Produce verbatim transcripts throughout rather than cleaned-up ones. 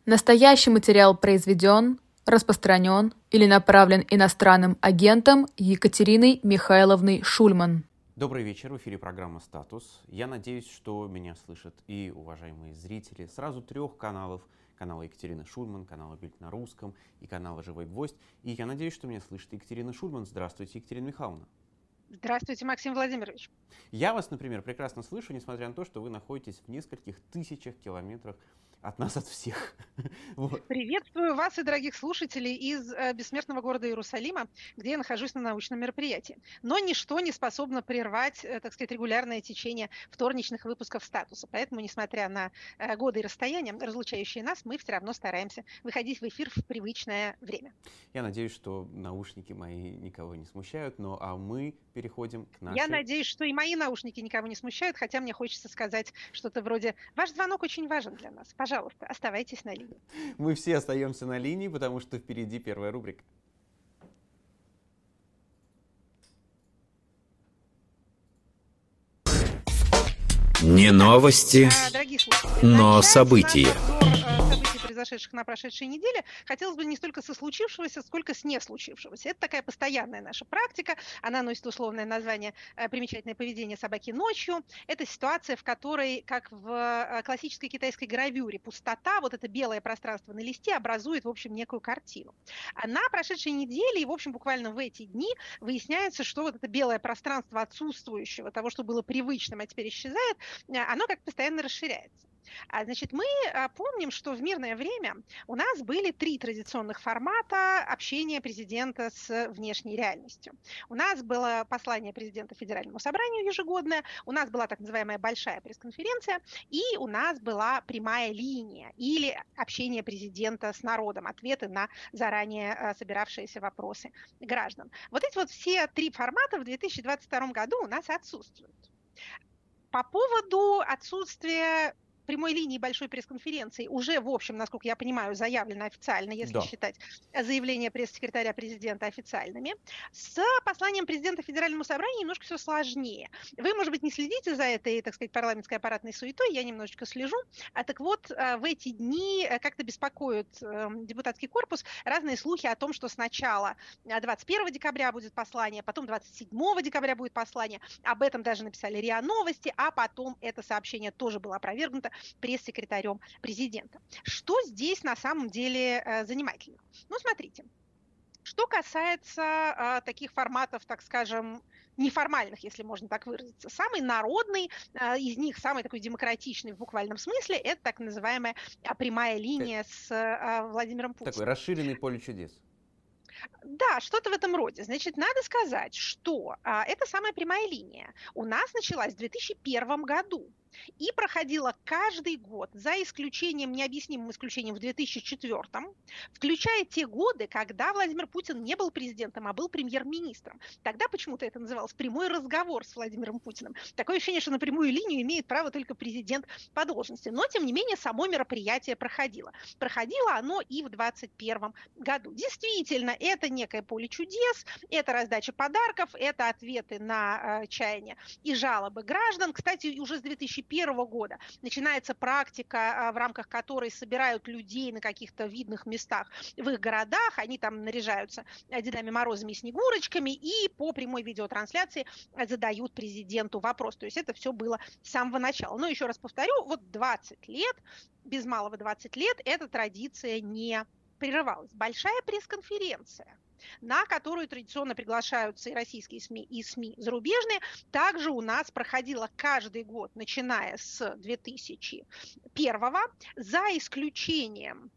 Настоящий материал произведен, распространен или направлен иностранным агентом Екатериной Михайловной Шульман. Добрый вечер, в эфире программа «Статус». Я надеюсь, что меня слышат и уважаемые зрители сразу трех каналов. Канала Екатерины Шульман, канала «Бильд на русском» и канала «Живой гвоздь». И я надеюсь, что меня слышит Екатерина Шульман. Здравствуйте, Екатерина Михайловна. Здравствуйте, Максим Владимирович. Я вас, например, прекрасно слышу, несмотря на то, что вы находитесь в нескольких тысячах километрах от нас, от всех. Вот. Приветствую вас и дорогих слушателей из э, бессмертного города Иерусалима, где я нахожусь на научном мероприятии. Но ничто не способно прервать, э, так сказать, регулярное течение вторничных выпусков «Статуса». Поэтому, несмотря на э, годы и расстояния, разлучающие нас, мы все равно стараемся выходить в эфир в привычное время. Я надеюсь, что наушники мои никого не смущают, но а мы переходим к нашей... Я надеюсь, что и мои наушники никого не смущают, хотя мне хочется сказать что-то вроде «Ваш звонок очень важен для нас. Пожалуйста, оставайтесь на линии». Мы все остаемся на линии, потому что впереди первая рубрика. Не новости, но события. Произошедших на прошедшей неделе, хотелось бы не столько со случившегося, сколько с не случившегося. Это такая постоянная наша практика. Она носит условное название «Примечательное поведение собаки ночью». Это ситуация, в которой, как в классической китайской гравюре, пустота, вот это белое пространство на листе, образует, в общем, некую картину. А на прошедшей неделе, и, в общем, буквально в эти дни, выясняется, что вот это белое пространство отсутствующего, того, что было привычным, а теперь исчезает, оно как постоянно расширяется. А, значит, мы а, помним, что в мирное время у нас были три традиционных формата общения президента с внешней реальностью. У нас было послание президента Федеральному собранию ежегодное, у нас была так называемая большая пресс-конференция, и у нас была прямая линия или общение президента с народом, ответы на заранее а, собиравшиеся вопросы граждан. Вот эти вот все три формата в две тысячи двадцать втором году у нас отсутствуют. По поводу отсутствия прямой линии большой пресс-конференции уже, в общем, насколько я понимаю, заявлено официально, если да. считать заявления пресс-секретаря президента официальными. С посланием президента Федеральному собранию немножко все сложнее. Вы, может быть, не следите за этой, так сказать, парламентской аппаратной суетой, я немножечко слежу. А так вот, в эти дни как-то беспокоит депутатский корпус разные слухи о том, что сначала двадцать первого декабря будет послание, потом двадцать седьмого декабря будет послание. Об этом даже написали РИА Новости, а потом это сообщение тоже было опровергнуто пресс-секретарем президента. Что здесь на самом деле э, занимательно? Ну, смотрите, что касается э, таких форматов, так скажем, неформальных, если можно так выразиться. Самый народный э, из них, самый такой демократичный в буквальном смысле, это так называемая э, прямая линия с э, Владимиром Путиным. Такой расширенный поле чудес. Да, что-то в этом роде. Значит, надо сказать, что а, эта самая прямая линия у нас началась в две тысячи первом году и проходила каждый год, за исключением, необъяснимым исключением в две тысячи четвёртом, включая те годы, когда Владимир Путин не был президентом, а был премьер-министром. Тогда почему-то это называлось прямой разговор с Владимиром Путиным. Такое ощущение, что на прямую линию имеет право только президент по должности. Но, тем не менее, само мероприятие проходило. Проходило оно и в двадцать первом году. Действительно, это некое поле чудес, это раздача подарков, это ответы на э, чаяния и жалобы граждан. Кстати, уже с две тысячи первого года начинается практика, в рамках которой собирают людей на каких-то видных местах в их городах, они там наряжаются Дедами Морозами и Снегурочками и по прямой видеотрансляции задают президенту вопрос. То есть это все было с самого начала. Но еще раз повторю, вот двадцать лет, без малого двадцать лет, эта традиция не прерывалась. Большая пресс-конференция, на которую традиционно приглашаются и российские СМИ, и СМИ зарубежные, также у нас проходила каждый год, начиная с две тысячи первого, за исключением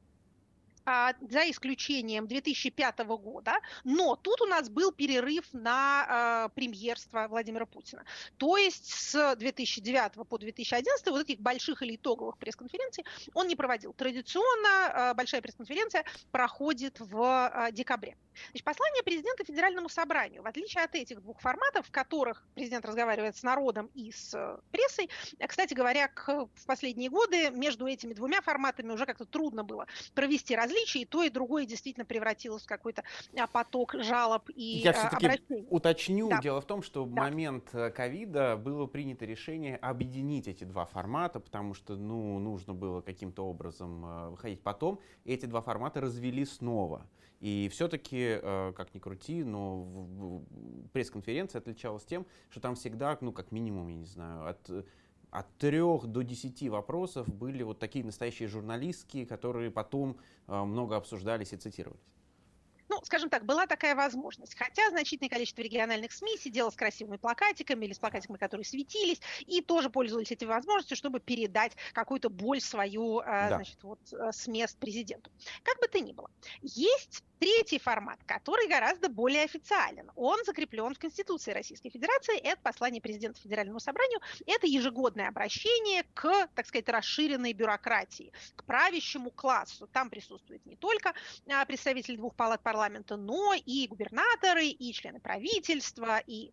за исключением две тысячи пятого года, но тут у нас был перерыв на э, премьерство Владимира Путина. То есть с две тысячи девятого по две тысячи одиннадцатый вот этих больших или итоговых пресс-конференций он не проводил. Традиционно э, большая пресс-конференция проходит в э, декабре. Значит, послание президента Федеральному собранию, в отличие от этих двух форматов, в которых президент разговаривает с народом и с э, прессой, кстати говоря, к, в последние годы между этими двумя форматами уже как-то трудно было провести различия. безразличие, и то, и другое действительно превратилось в какой-то поток жалоб и Я все-таки обращений. уточню. Да. Дело в том, что в Да. момент ковида было принято решение объединить эти два формата, потому что ну, нужно было каким-то образом выходить потом. И эти два формата развели снова. И все-таки, как ни крути, но пресс-конференция отличалась тем, что там всегда, ну, как минимум, я не знаю, от... от трех до десяти вопросов были вот такие настоящие журналистские, которые потом э, много обсуждались и цитировались. Ну, скажем так, была такая возможность. Хотя значительное количество региональных СМИ сидело с красивыми плакатиками или с плакатиками, которые светились, и тоже пользовались этой возможностью, чтобы передать какую-то боль свою да. значит, вот, с мест президенту. Как бы то ни было, есть третий формат, который гораздо более официален. Он закреплен в Конституции Российской Федерации. Это послание президента Федеральному собранию. Это ежегодное обращение к, так сказать, расширенной бюрократии, к правящему классу. Там присутствуют не только представители двух палат парламента, но и губернаторы, и члены правительства, и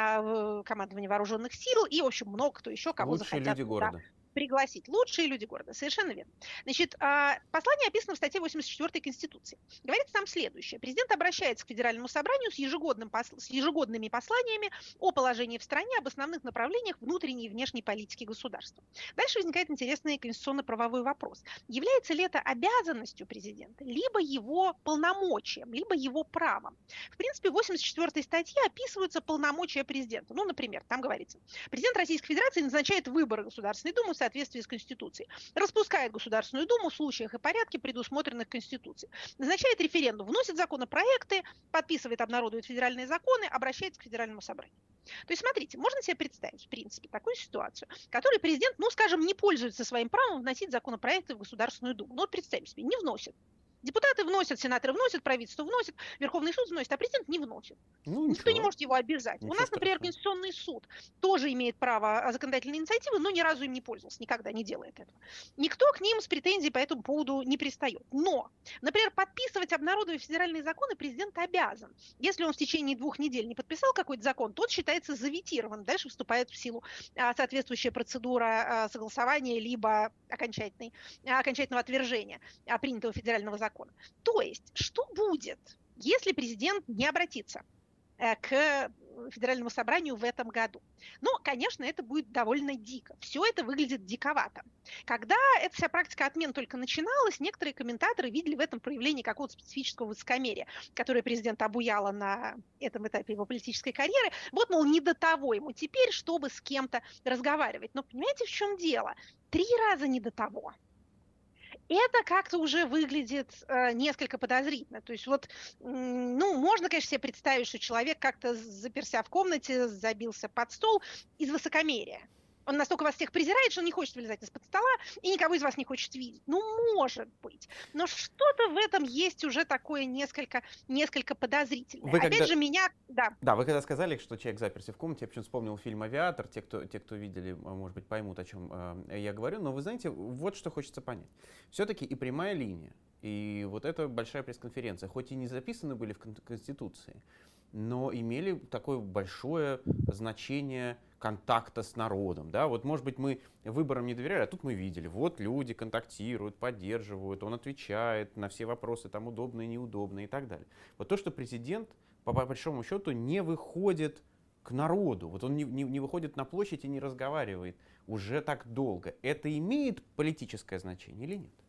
э, командование вооруженных сил, и, в общем, много кто еще, кого Лучшие захотят люди города. пригласить. Лучшие люди города. Совершенно верно. Значит, послание описано в статье восемьдесят четвёртой Конституции. Говорится там следующее. Президент обращается к Федеральному собранию с, ежегодным, с ежегодными посланиями о положении в стране, об основных направлениях внутренней и внешней политики государства. Дальше возникает интересный конституционно-правовой вопрос. Является ли это обязанностью президента, либо его полномочием, либо его правом? В принципе, в восемьдесят четвёртой статье описываются полномочия президента. Ну, например, там говорится, президент Российской Федерации назначает выборы Государственной Думы в соответствии с Конституцией, распускает Государственную Думу в случаях и порядке, предусмотренных Конституцией, назначает референдум, вносит законопроекты, подписывает, обнародует федеральные законы, обращается к Федеральному собранию. То есть, смотрите, можно себе представить, в принципе, такую ситуацию, в которой президент, ну, скажем, не пользуется своим правом вносить законопроекты в Государственную Думу. Ну, вот представим себе, не вносит. Депутаты вносят, сенаторы вносят, правительство вносит, Верховный суд вносит, а президент не вносит. Ну, Никто не может его обязать. Ничего У нас, например, страшного. Конституционный суд тоже имеет право законодательной инициативы, но ни разу им не пользовался, никогда не делает этого. Никто к ним с претензией по этому поводу не пристает. Но, например, подписывать, обнародовать федеральные законы президент обязан. Если он в течение двух недель не подписал какой-то закон, тот считается заветирован. Дальше вступает в силу соответствующая процедура согласования либо окончательной, окончательного отвержения принятого федерального закона. То есть, что будет, если президент не обратится к Федеральному собранию в этом году? Ну, конечно, это будет довольно дико. Все это выглядит диковато. Когда эта вся практика отмен только начиналась, некоторые комментаторы видели в этом проявление какого-то специфического высокомерия, которое президента обуяло на этом этапе его политической карьеры. Вот, мол, не до того ему теперь, чтобы с кем-то разговаривать. Но понимаете, в чем дело? Три раза не до того. Это как-то уже выглядит э, несколько подозрительно. То есть вот, ну, можно, конечно, себе представить, что человек как-то заперся в комнате, забился под стол из высокомерия. Он настолько вас всех презирает, что он не хочет вылезать из-под стола и никого из вас не хочет видеть. Ну, может быть. Но что-то в этом есть уже такое несколько, несколько подозрительное. Вы Опять когда... же, меня... Да. да, вы когда сказали, что человек заперся в комнате, я почему-то вспомнил фильм «Авиатор». Те кто, те, кто видели, может быть, поймут, о чем э, я говорю. Но вы знаете, вот что хочется понять. Все-таки и прямая линия, и вот эта большая пресс-конференция, хоть и не записаны были в Конституции, но имели такое большое значение контакта с народом. Да? Вот, может быть, мы выборам не доверяли, а тут мы видели, вот люди контактируют, поддерживают, он отвечает на все вопросы, там удобные, неудобные и так далее. Вот то, что президент, по большому счету, не выходит к народу, вот он не, не, не выходит на площадь и не разговаривает уже так долго, это имеет политическое значение или нет?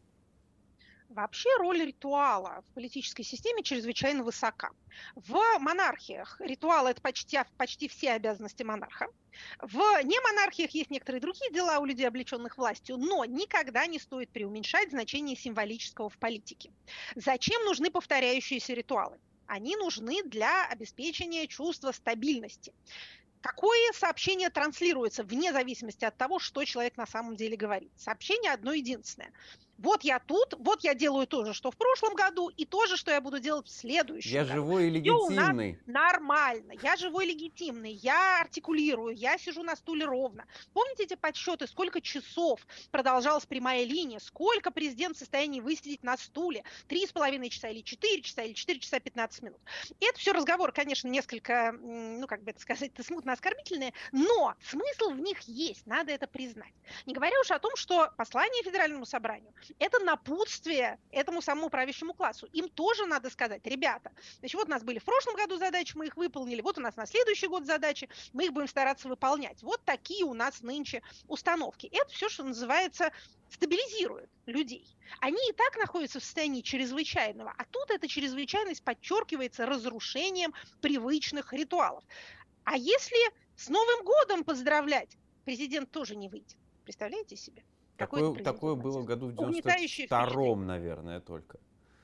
Вообще роль ритуала в политической системе чрезвычайно высока. В монархиях ритуал – это почти, почти все обязанности монарха. В немонархиях есть некоторые другие дела у людей, облеченных властью, но никогда не стоит преуменьшать значение символического в политике. Зачем нужны повторяющиеся ритуалы? Они нужны для обеспечения чувства стабильности. Какое сообщение транслируется вне зависимости от того, что человек на самом деле говорит? Сообщение одно единственное. Вот я тут, вот я делаю то же, что в прошлом году, и то же, что я буду делать в следующем я году. Я живой и легитимный. Нормально, я живой и легитимный, я артикулирую, я сижу на стуле ровно. Помните эти подсчеты, сколько часов продолжалась прямая линия, сколько президент в состоянии высидеть на стуле? Три с половиной часа или четыре часа, или четыре часа пятнадцать минут. И это все разговор, конечно, несколько, ну, как бы это сказать, смутно оскорбительные, но смысл в них есть, надо это признать. Не говоря уж о том, что послание Федеральному собранию Это напутствие этому самому правящему классу. Им тоже надо сказать: ребята, значит, вот у нас были в прошлом году задачи, мы их выполнили, вот у нас на следующий год задачи, мы их будем стараться выполнять. Вот такие у нас нынче установки. Это все, что называется, стабилизирует людей. Они и так находятся в состоянии чрезвычайного, а тут эта чрезвычайность подчеркивается разрушением привычных ритуалов. А если с Новым годом поздравлять, президент тоже не выйдет. Представляете себе? Такое, такое было в году в девяносто втором, наверное, только.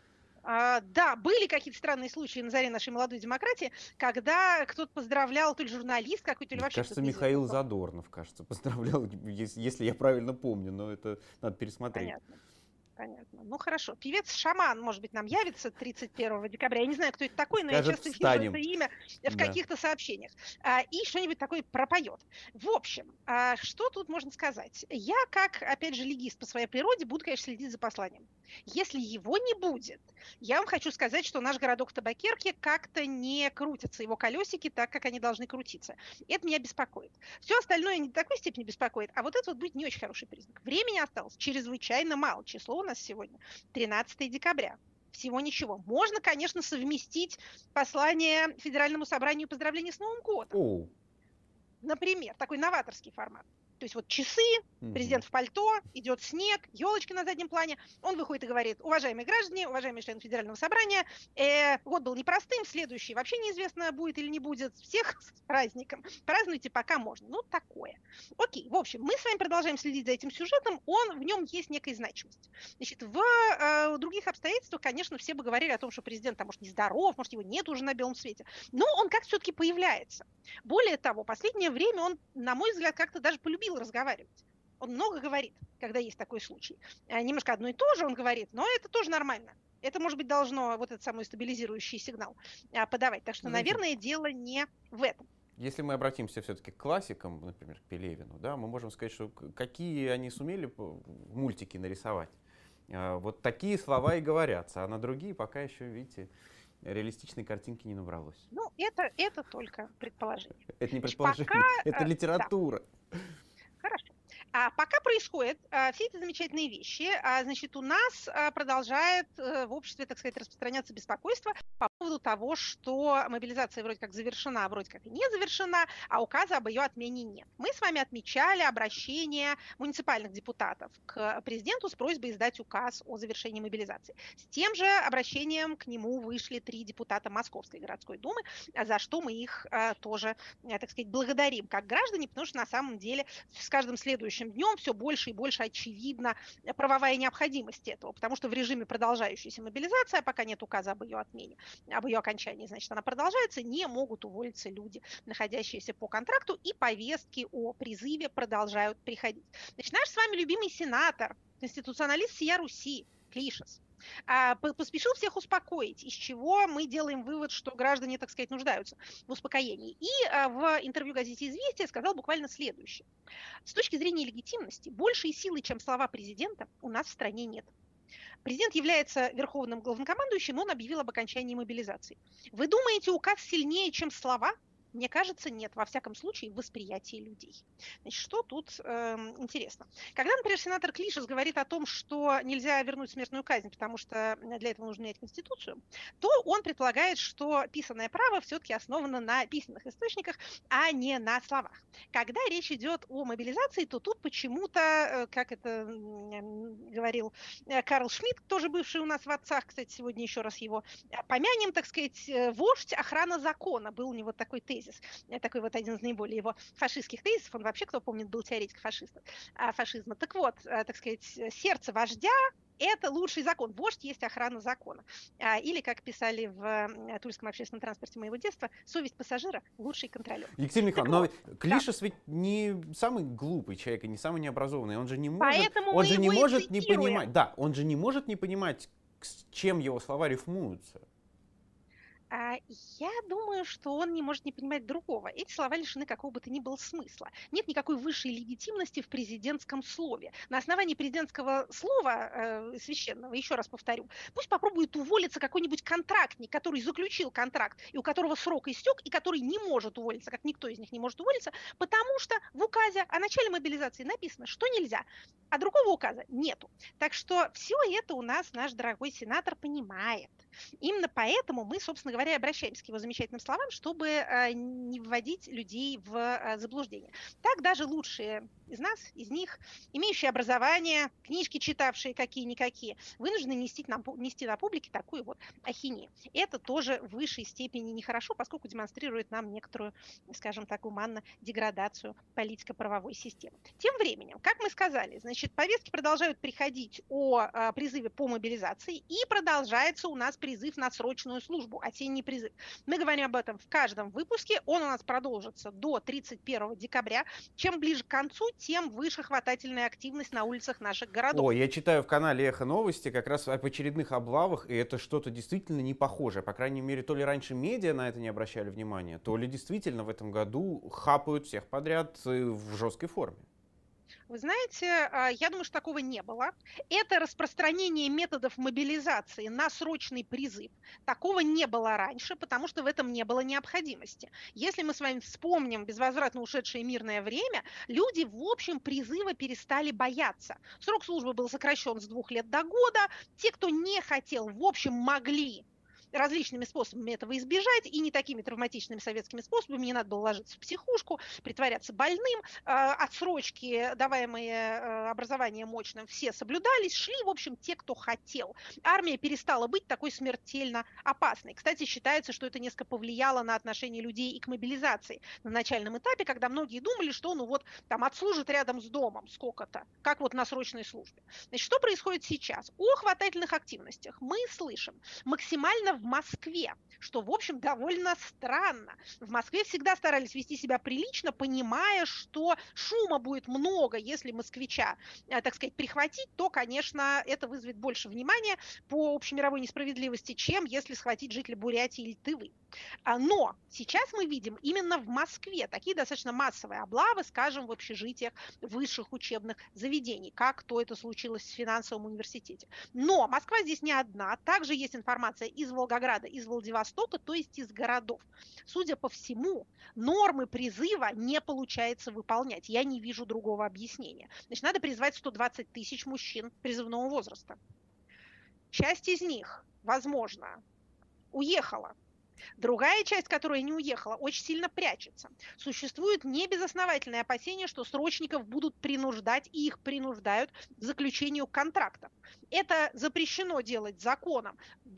А, да, были какие-то странные случаи на заре нашей молодой демократии, когда кто-то поздравлял, то ли журналист какой-то, или вообще... Кажется, Михаил известный. Задорнов, кажется, поздравлял, если, если я правильно помню, но это надо пересмотреть. Понятно. Понятно. Ну хорошо. Певец-шаман, может быть, нам явится тридцать первого декабря. Я не знаю, кто это такой, но Скажет, я часто встанем. вижу это имя в Да. каких-то сообщениях. А, и что-нибудь такое пропоет. В общем, а, что тут можно сказать? Я, как, опять же, легист по своей природе, буду, конечно, следить за посланием. Если его не будет, я вам хочу сказать, что наш городок в Табакерке как-то не крутятся его колесики так, как они должны крутиться. Это меня беспокоит. Все остальное не до такой степени беспокоит, а вот это вот будет не очень хороший признак. Времени осталось чрезвычайно мало. Число у нас сегодня тринадцатое декабря. Всего ничего. Можно, конечно, совместить послание Федеральному собранию поздравления с Новым годом. О. Например, такой новаторский формат. То есть вот часы, Мгм. президент в пальто, идет снег, елочки на заднем плане. Он выходит и говорит: уважаемые граждане, уважаемые члены Федерального собрания, э, год был непростым, следующий вообще неизвестно, будет или не будет. Всех с праздником. Празднуйте, пока можно. Ну, такое. Окей, в общем, мы с вами продолжаем следить за этим сюжетом. Он, в нем есть некая значимость. Значит, в э, других обстоятельствах, конечно, все бы говорили о том, что президент, там, может, нездоров, может, его нет уже на белом свете. Но он как-то все-таки появляется. Более того, последнее время он, на мой взгляд, как-то даже полюбил разговаривать. Он много говорит, когда есть такой случай. А, немножко одно и то же он говорит, но это тоже нормально. Это, может быть, должно вот этот самый стабилизирующий сигнал а, подавать. Так что, Знаете, наверное, дело не в этом. Если мы обратимся все-таки к классикам, например, к Пелевину, да, мы можем сказать, что какие они сумели мультики нарисовать. А, вот такие слова и говорятся, а на другие пока еще, видите, реалистичной картинки не набралось. Ну, это, это только предположение. Это не Значит, предположение, пока, это э, литература. Да. Хорошо. А пока происходят а, все эти замечательные вещи, а, значит, у нас а, продолжает а, в обществе, так сказать, распространяться беспокойство по поводу того, что мобилизация вроде как завершена, а вроде как и не завершена, а указа об ее отмене нет. Мы с вами отмечали обращение муниципальных депутатов к президенту с просьбой издать указ о завершении мобилизации. С тем же обращением к нему вышли три депутата Московской городской думы, за что мы их а, тоже, а, так сказать, благодарим как граждане, потому что на самом деле с каждым следующим днем все больше и больше очевидна правовая необходимость этого, потому что в режиме продолжающейся мобилизации, а пока нет указа об ее отмене, об ее окончании, значит, она продолжается, не могут уволиться люди, находящиеся по контракту, и повестки о призыве продолжают приходить. Значит, наш с вами любимый сенатор, конституционалист всея Руси, Клишес, поспешил всех успокоить, из чего мы делаем вывод, что граждане, так сказать, нуждаются в успокоении. И в интервью газете «Известия» сказал буквально следующее. С точки зрения легитимности, большей силы, чем слова президента, у нас в стране нет. Президент является верховным главнокомандующим, он объявил об окончании мобилизации. Вы думаете, указ сильнее, чем слова? Мне кажется, нет, во всяком случае, в восприятии людей. Значит, что тут э, интересно? Когда, например, сенатор Клишес говорит о том, что нельзя вернуть смертную казнь, потому что для этого нужно менять Конституцию, то он предполагает, что писанное право все-таки основано на писанных источниках, а не на словах. Когда речь идет о мобилизации, то тут почему-то, как это говорил Карл Шмидт, тоже бывший у нас в «Отцах», кстати, сегодня еще раз его помянем, так сказать, вождь, охрана закона, был у него такой тезис. Такой вот один из наиболее его фашистских тезисов. Он вообще, кто помнит, был теоретик фашиста, фашизма. Так вот, так сказать, сердце вождя – это лучший закон. Вождь есть охрана закона. Или, как писали в Тульском общественном транспорте моего детства, совесть пассажира – лучший контролер. Екатерина Михайловна, но вот, Клишес да. ведь не самый глупый человек и не самый необразованный. Он же не может, Поэтому он же не может не понимать. Да, он же не может не понимать, с чем его слова рифмуются. А, я думаю, что он не может не понимать другого. Эти слова лишены какого бы то ни было смысла. Нет никакой высшей легитимности в президентском слове. На основании президентского слова э, священного, еще раз повторю, пусть попробует уволиться какой-нибудь контрактник, который заключил контракт, и у которого срок истек, и который не может уволиться, как никто из них не может уволиться, потому что в указе о начале мобилизации написано, что нельзя, а другого указа нету. Так что все это у нас наш дорогой сенатор понимает. Именно поэтому мы, собственно говоря, обращаемся к его замечательным словам, чтобы э, не вводить людей в э, заблуждение. Так даже лучшие из нас, из них, имеющие образование, книжки читавшие какие-никакие, вынуждены нести, нам, нести на публике такую вот ахинею. Это тоже в высшей степени нехорошо, поскольку демонстрирует нам некоторую, скажем так, гуманно-деградацию политико-правовой системы. Тем временем, как мы сказали, значит, повестки продолжают приходить о э, призыве по мобилизации, и продолжается у нас призыв на срочную службу, осенний призыв. Мы говорим об этом в каждом выпуске, он у нас продолжится до тридцать первого декабря. Чем ближе к концу, тем выше хватательная активность на улицах наших городов. О, я читаю в канале «Эхо Новости» как раз об очередных облавах, и это что-то действительно не похожее. По крайней мере, то ли раньше медиа на это не обращали внимания, то ли действительно в этом году хапают всех подряд в жесткой форме. Вы знаете, я думаю, что такого не было. Это распространение методов мобилизации на срочный призыв. Такого не было раньше, потому что в этом не было необходимости. Если мы с вами вспомним безвозвратно ушедшее мирное время, люди, в общем, призыва перестали бояться. Срок службы был сокращен с двух лет до года. Те, кто не хотел, в общем, могли различными способами этого избежать, и не такими травматичными советскими способами. Не надо было ложиться в психушку, притворяться больным. Отсрочки, даваемые образованием мощным, все соблюдались, шли, в общем, те, кто хотел. Армия перестала быть такой смертельно опасной. Кстати, считается, что это несколько повлияло на отношение людей и к мобилизации на начальном этапе, когда многие думали, что ну вот там отслужит рядом с домом сколько-то, как вот на срочной службе. Значит, что происходит сейчас? О хватательных активностях мы слышим максимально в Москве, что, в общем, довольно странно. В Москве всегда старались вести себя прилично, понимая, что шума будет много, если москвича, так сказать, прихватить, то, конечно, это вызовет больше внимания по общемировой несправедливости, чем если схватить жителя Бурятии или Тывы. Но сейчас мы видим именно в Москве такие достаточно массовые облавы, скажем, в общежитиях высших учебных заведений, как то это случилось в финансовом университете. Но Москва здесь не одна. Также есть информация из Волгограда, из Владивостока, то есть из городов. Судя по всему, нормы призыва не получается выполнять. Я не вижу другого объяснения. Значит, надо призвать сто двадцать тысяч мужчин призывного возраста. Часть из них, возможно, уехала. Другая часть, которая не уехала, очень сильно прячется. Существует небезосновательное опасение, что срочников будут принуждать, и их принуждают к заключению контрактов. Это запрещено делать законом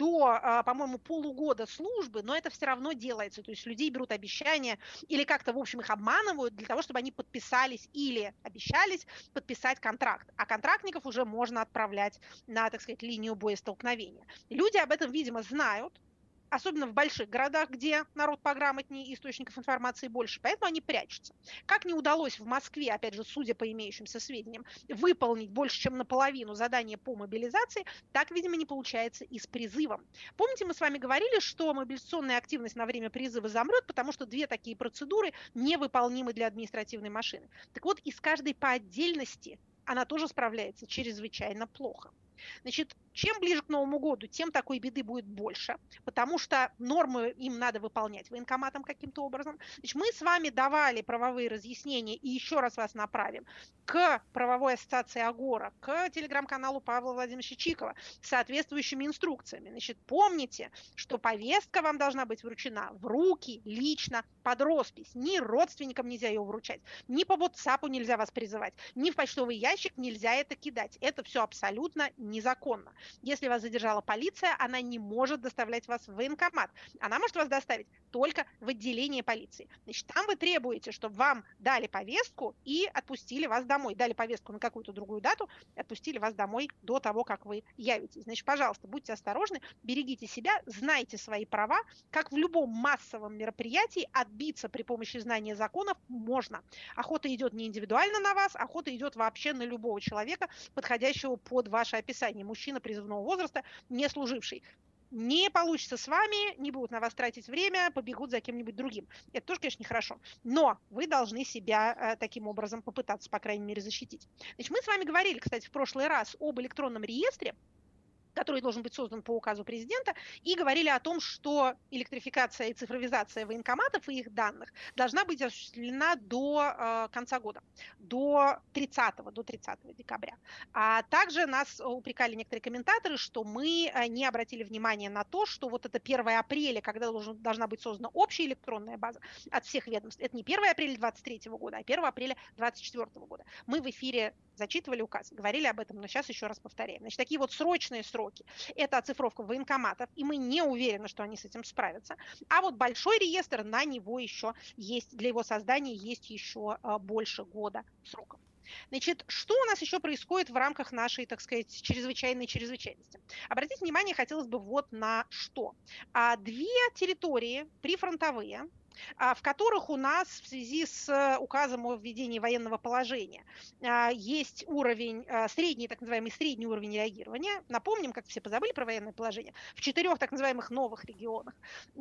до, по-моему, полугода службы, но это все равно делается. То есть людей берут обещания или как-то, в общем, их обманывают для того, чтобы они подписались или обещались подписать контракт. А контрактников уже можно отправлять на, так сказать, линию боестолкновения. Люди об этом, видимо, знают. Особенно в больших городах, где народ пограмотнее, источников информации больше, поэтому они прячутся. Как не удалось в Москве, опять же, судя по имеющимся сведениям, выполнить больше, чем наполовину задания по мобилизации, так, видимо, не получается и с призывом. Помните, мы с вами говорили, что мобилизационная активность на время призыва замрет, потому что две такие процедуры невыполнимы для административной машины. Так вот, из каждой по отдельности она тоже справляется чрезвычайно плохо. Значит, чем ближе к Новому году, тем такой беды будет больше, потому что нормы им надо выполнять военкоматом каким-то образом. Значит, мы с вами давали правовые разъяснения, и еще раз вас направим к правовой ассоциации Агора, к телеграм-каналу Павла Владимировича Чикова с соответствующими инструкциями. Значит, помните, что повестка вам должна быть вручена в руки, лично, под роспись. Ни родственникам нельзя ее вручать, ни по WhatsApp нельзя вас призывать, ни в почтовый ящик нельзя это кидать. Это все абсолютно незаконно. Если вас задержала полиция, она не может доставлять вас в военкомат. Она может вас доставить только в отделение полиции. Значит, там вы требуете, чтобы вам дали повестку и отпустили вас домой. Дали повестку на какую-то другую дату, отпустили вас домой до того, как вы явитесь. Значит, пожалуйста, будьте осторожны, берегите себя, знайте свои права. Как в любом массовом мероприятии, отбиться при помощи знания законов можно. Охота идет не индивидуально на вас, охота идет вообще на любого человека, подходящего под ваше описание. Мужчина призывного возраста, не служивший. Не получится с вами, не будут на вас тратить время, побегут за кем-нибудь другим. Это тоже, конечно, нехорошо. Но вы должны себя э, таким образом попытаться, по крайней мере, защитить. Значит, мы с вами говорили, кстати, в прошлый раз об электронном реестре, который должен быть создан по указу президента, и говорили о том, что электрификация и цифровизация военкоматов и их данных должна быть осуществлена до э, конца года, до тридцатого, до тридцатого декабря. А также нас упрекали некоторые комментаторы, что мы не обратили внимания на то, что вот это первое апреля, когда должен, должна быть создана общая электронная база от всех ведомств, это не первое апреля двадцать третьего года, а первое апреля двадцать четвёртого года. Мы в эфире зачитывали указ, говорили об этом, но сейчас еще раз повторяем. Значит, такие вот срочные сроки. Это оцифровка военкоматов, и мы не уверены, что они с этим справятся. А вот большой реестр, на него еще есть, для его создания есть еще больше года сроков. Значит, что у нас еще происходит в рамках нашей, так сказать, чрезвычайной чрезвычайности? Обратить внимание хотелось бы вот на что. Две территории прифронтовые, в которых у нас в связи с указом о введении военного положения есть уровень, средний, так называемый средний уровень реагирования. Напомним, как все позабыли про военное положение, в четырех так называемых новых регионах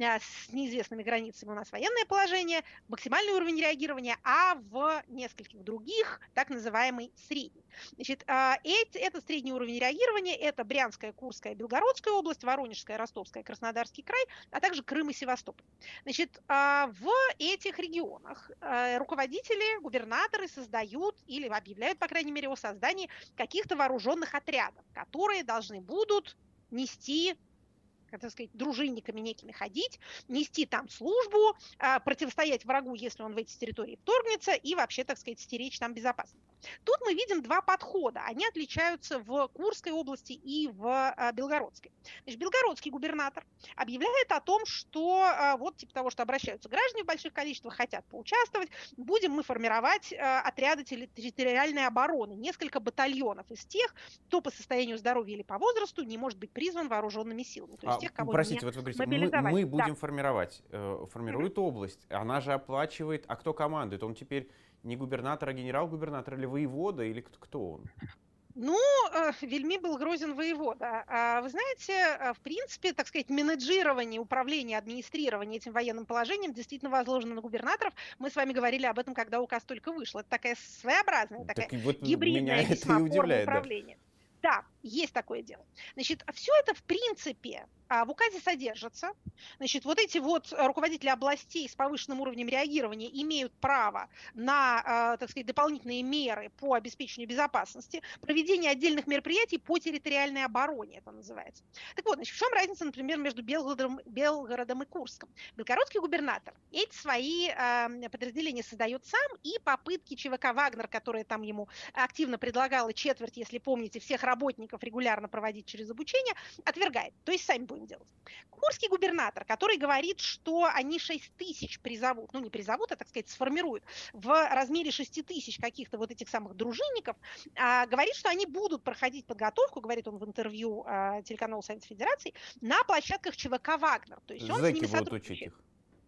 с неизвестными границами у нас военное положение, максимальный уровень реагирования, а в нескольких других так называемый средний. Значит, этот средний уровень реагирования – это Брянская, Курская, Белгородская область, Воронежская, Ростовская, Краснодарский край, а также Крым и Севастополь. Значит, в этих регионах руководители, губернаторы создают или объявляют, по крайней мере, о создании каких-то вооруженных отрядов, которые должны будут нести, как так сказать, дружинниками некими ходить, нести там службу, противостоять врагу, если он в эти территории вторгнется, и вообще, так сказать, стеречь там безопасность. Тут мы видим два подхода. Они отличаются в Курской области и в Белгородской. Значит, белгородский губернатор объявляет о том, что вот типа того, что обращаются граждане в больших количествах, хотят поучаствовать, будем мы формировать отряды территориальной обороны, несколько батальонов из тех, кто по состоянию здоровья или по возрасту не может быть призван вооруженными силами. То есть а, тех, кого простите, не вот вы говорите, мобилизовать. Мы, мы будем да. формировать. Формирует mm-hmm. область, она же оплачивает. А кто командует? Он теперь не губернатор, а генерал-губернатор или воевода, или кто он? Ну, вельми был грозен воевода. Вы знаете, в принципе, так сказать, менеджирование, управление, администрирование этим военным положением действительно возложено на губернаторов. Мы с вами говорили об этом, когда указ только вышел. Это такая своеобразная, такая так вот гибридная весьма форма управления. Да. да, есть такое дело. Значит, все это в принципе в указе содержится. Значит, вот эти вот руководители областей с повышенным уровнем реагирования имеют право на, так сказать, дополнительные меры по обеспечению безопасности, проведение отдельных мероприятий по территориальной обороне, это называется. Так вот, значит, в чем разница, например, между Белгородом, Белгородом и Курском? Белгородский губернатор эти свои э, подразделения создает сам, и попытки ЧВК «Вагнер», которая там ему активно предлагала четверть, если помните, всех работников регулярно проводить через обучение, отвергает. То есть сами будем делать. Курский губернатор, который говорит, что они шесть тысяч призовут, ну не призовут, а, так сказать, сформируют в размере шесть тысяч каких-то вот этих самых дружинников, а, говорит, что они будут проходить подготовку, говорит он в интервью а, телеканалу Совета Федерации, на площадках ЧВК «Вагнер». То есть он Зэки с ними будут учить их?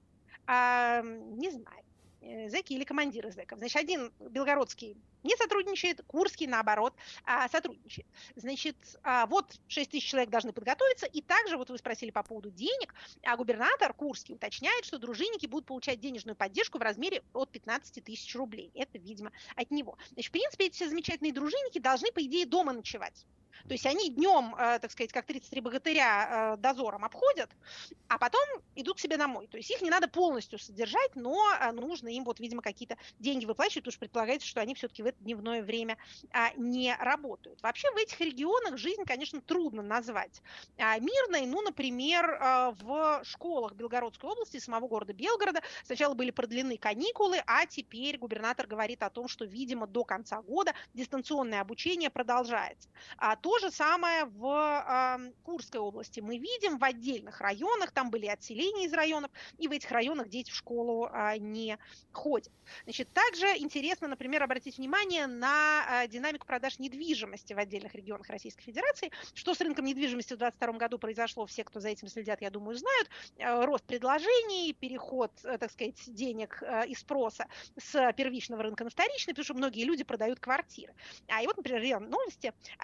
А, не знаю. Зэки или командиры зэков. Значит, один белгородский не сотрудничает, Курский, наоборот, сотрудничает. Значит, вот шесть тысяч человек должны подготовиться, и также, вот вы спросили по поводу денег, а губернатор Курский уточняет, что дружинники будут получать денежную поддержку в размере от пятнадцати тысяч рублей. Это, видимо, от него. Значит, в принципе, эти все замечательные дружинники должны, по идее, дома ночевать. То есть они днем, э, так сказать, как тридцать три богатыря, э, дозором обходят, а потом идут к себе домой. То есть их не надо полностью содержать, но э, нужно им, вот, видимо, какие-то деньги выплачивать, потому что предполагается, что они все-таки в это дневное время э, не работают. Вообще в этих регионах жизнь, конечно, трудно назвать э, мирной. Ну, например, э, в школах Белгородской области, самого города Белгорода, сначала были продлены каникулы, а теперь губернатор говорит о том, что, видимо, до конца года дистанционное обучение продолжается. А то же самое в э, Курской области мы видим в отдельных районах, там были отселения из районов, и в этих районах дети в школу э, не ходят. Значит, также интересно, например, обратить внимание на э, динамику продаж недвижимости в отдельных регионах Российской Федерации. Что с рынком недвижимости в двадцать втором году произошло, все, кто за этим следят, я думаю, знают. Э, рост предложений, переход, э, так сказать, денег э, и спроса с первичного рынка на вторичный, потому что многие люди продают квартиры. А и вот, например, РИА Новости пишет,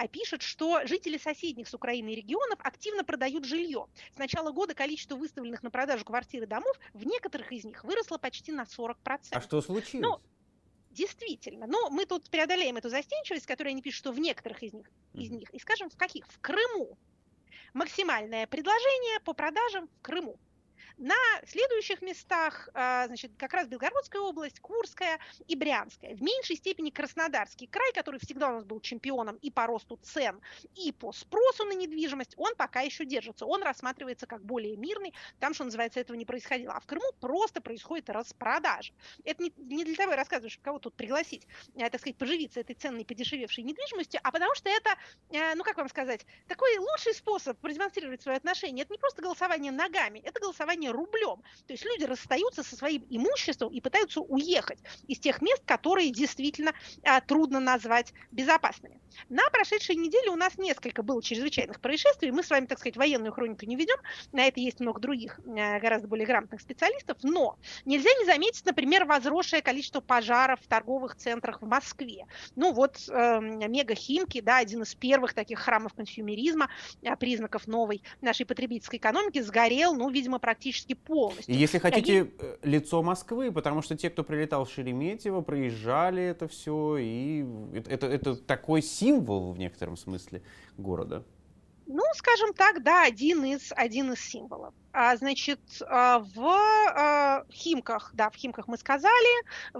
что жители соседних с Украиной регионов активно продают жилье. С начала года количество выставленных на продажу квартир и домов в некоторых из них выросло почти на сорок процентов. А что случилось? Ну, действительно. Но мы тут преодолеем эту застенчивость, которую они пишут, что в некоторых из них, из них. И скажем, в каких? В Крыму. Максимальное предложение по продажам в Крыму. На следующих местах, значит, как раз Белгородская область, Курская и Брянская. В меньшей степени Краснодарский край, который всегда у нас был чемпионом и по росту цен, и по спросу на недвижимость, он пока еще держится. Он рассматривается как более мирный, там, что называется, этого не происходило. А в Крыму просто происходит распродажа. Это не, не для того я рассказываю, чтобы кого тут пригласить, так сказать, поживиться этой ценной подешевевшей недвижимостью, а потому что это, ну как вам сказать, такой лучший способ продемонстрировать свои отношения. Это не просто голосование ногами, это голосование рублем. То есть люди расстаются со своим имуществом и пытаются уехать из тех мест, которые действительно а, трудно назвать безопасными. На прошедшей неделе у нас несколько было чрезвычайных происшествий. Мы с вами, так сказать, военную хронику не ведем. На это есть много других, а, гораздо более грамотных специалистов. Но нельзя не заметить, например, возросшее количество пожаров в торговых центрах в Москве. Ну вот э, Мега-Химки, да, один из первых таких храмов консюмеризма, а, признаков новой нашей потребительской экономики, сгорел, ну, видимо, практически полностью. И если хотите, Они... лицо Москвы, потому что те, кто прилетал в Шереметьево, проезжали это все, и это, это, это такой символ в некотором смысле города. Ну, скажем так, да, один из, один из символов. А, значит, в Химках, да, в Химках мы сказали,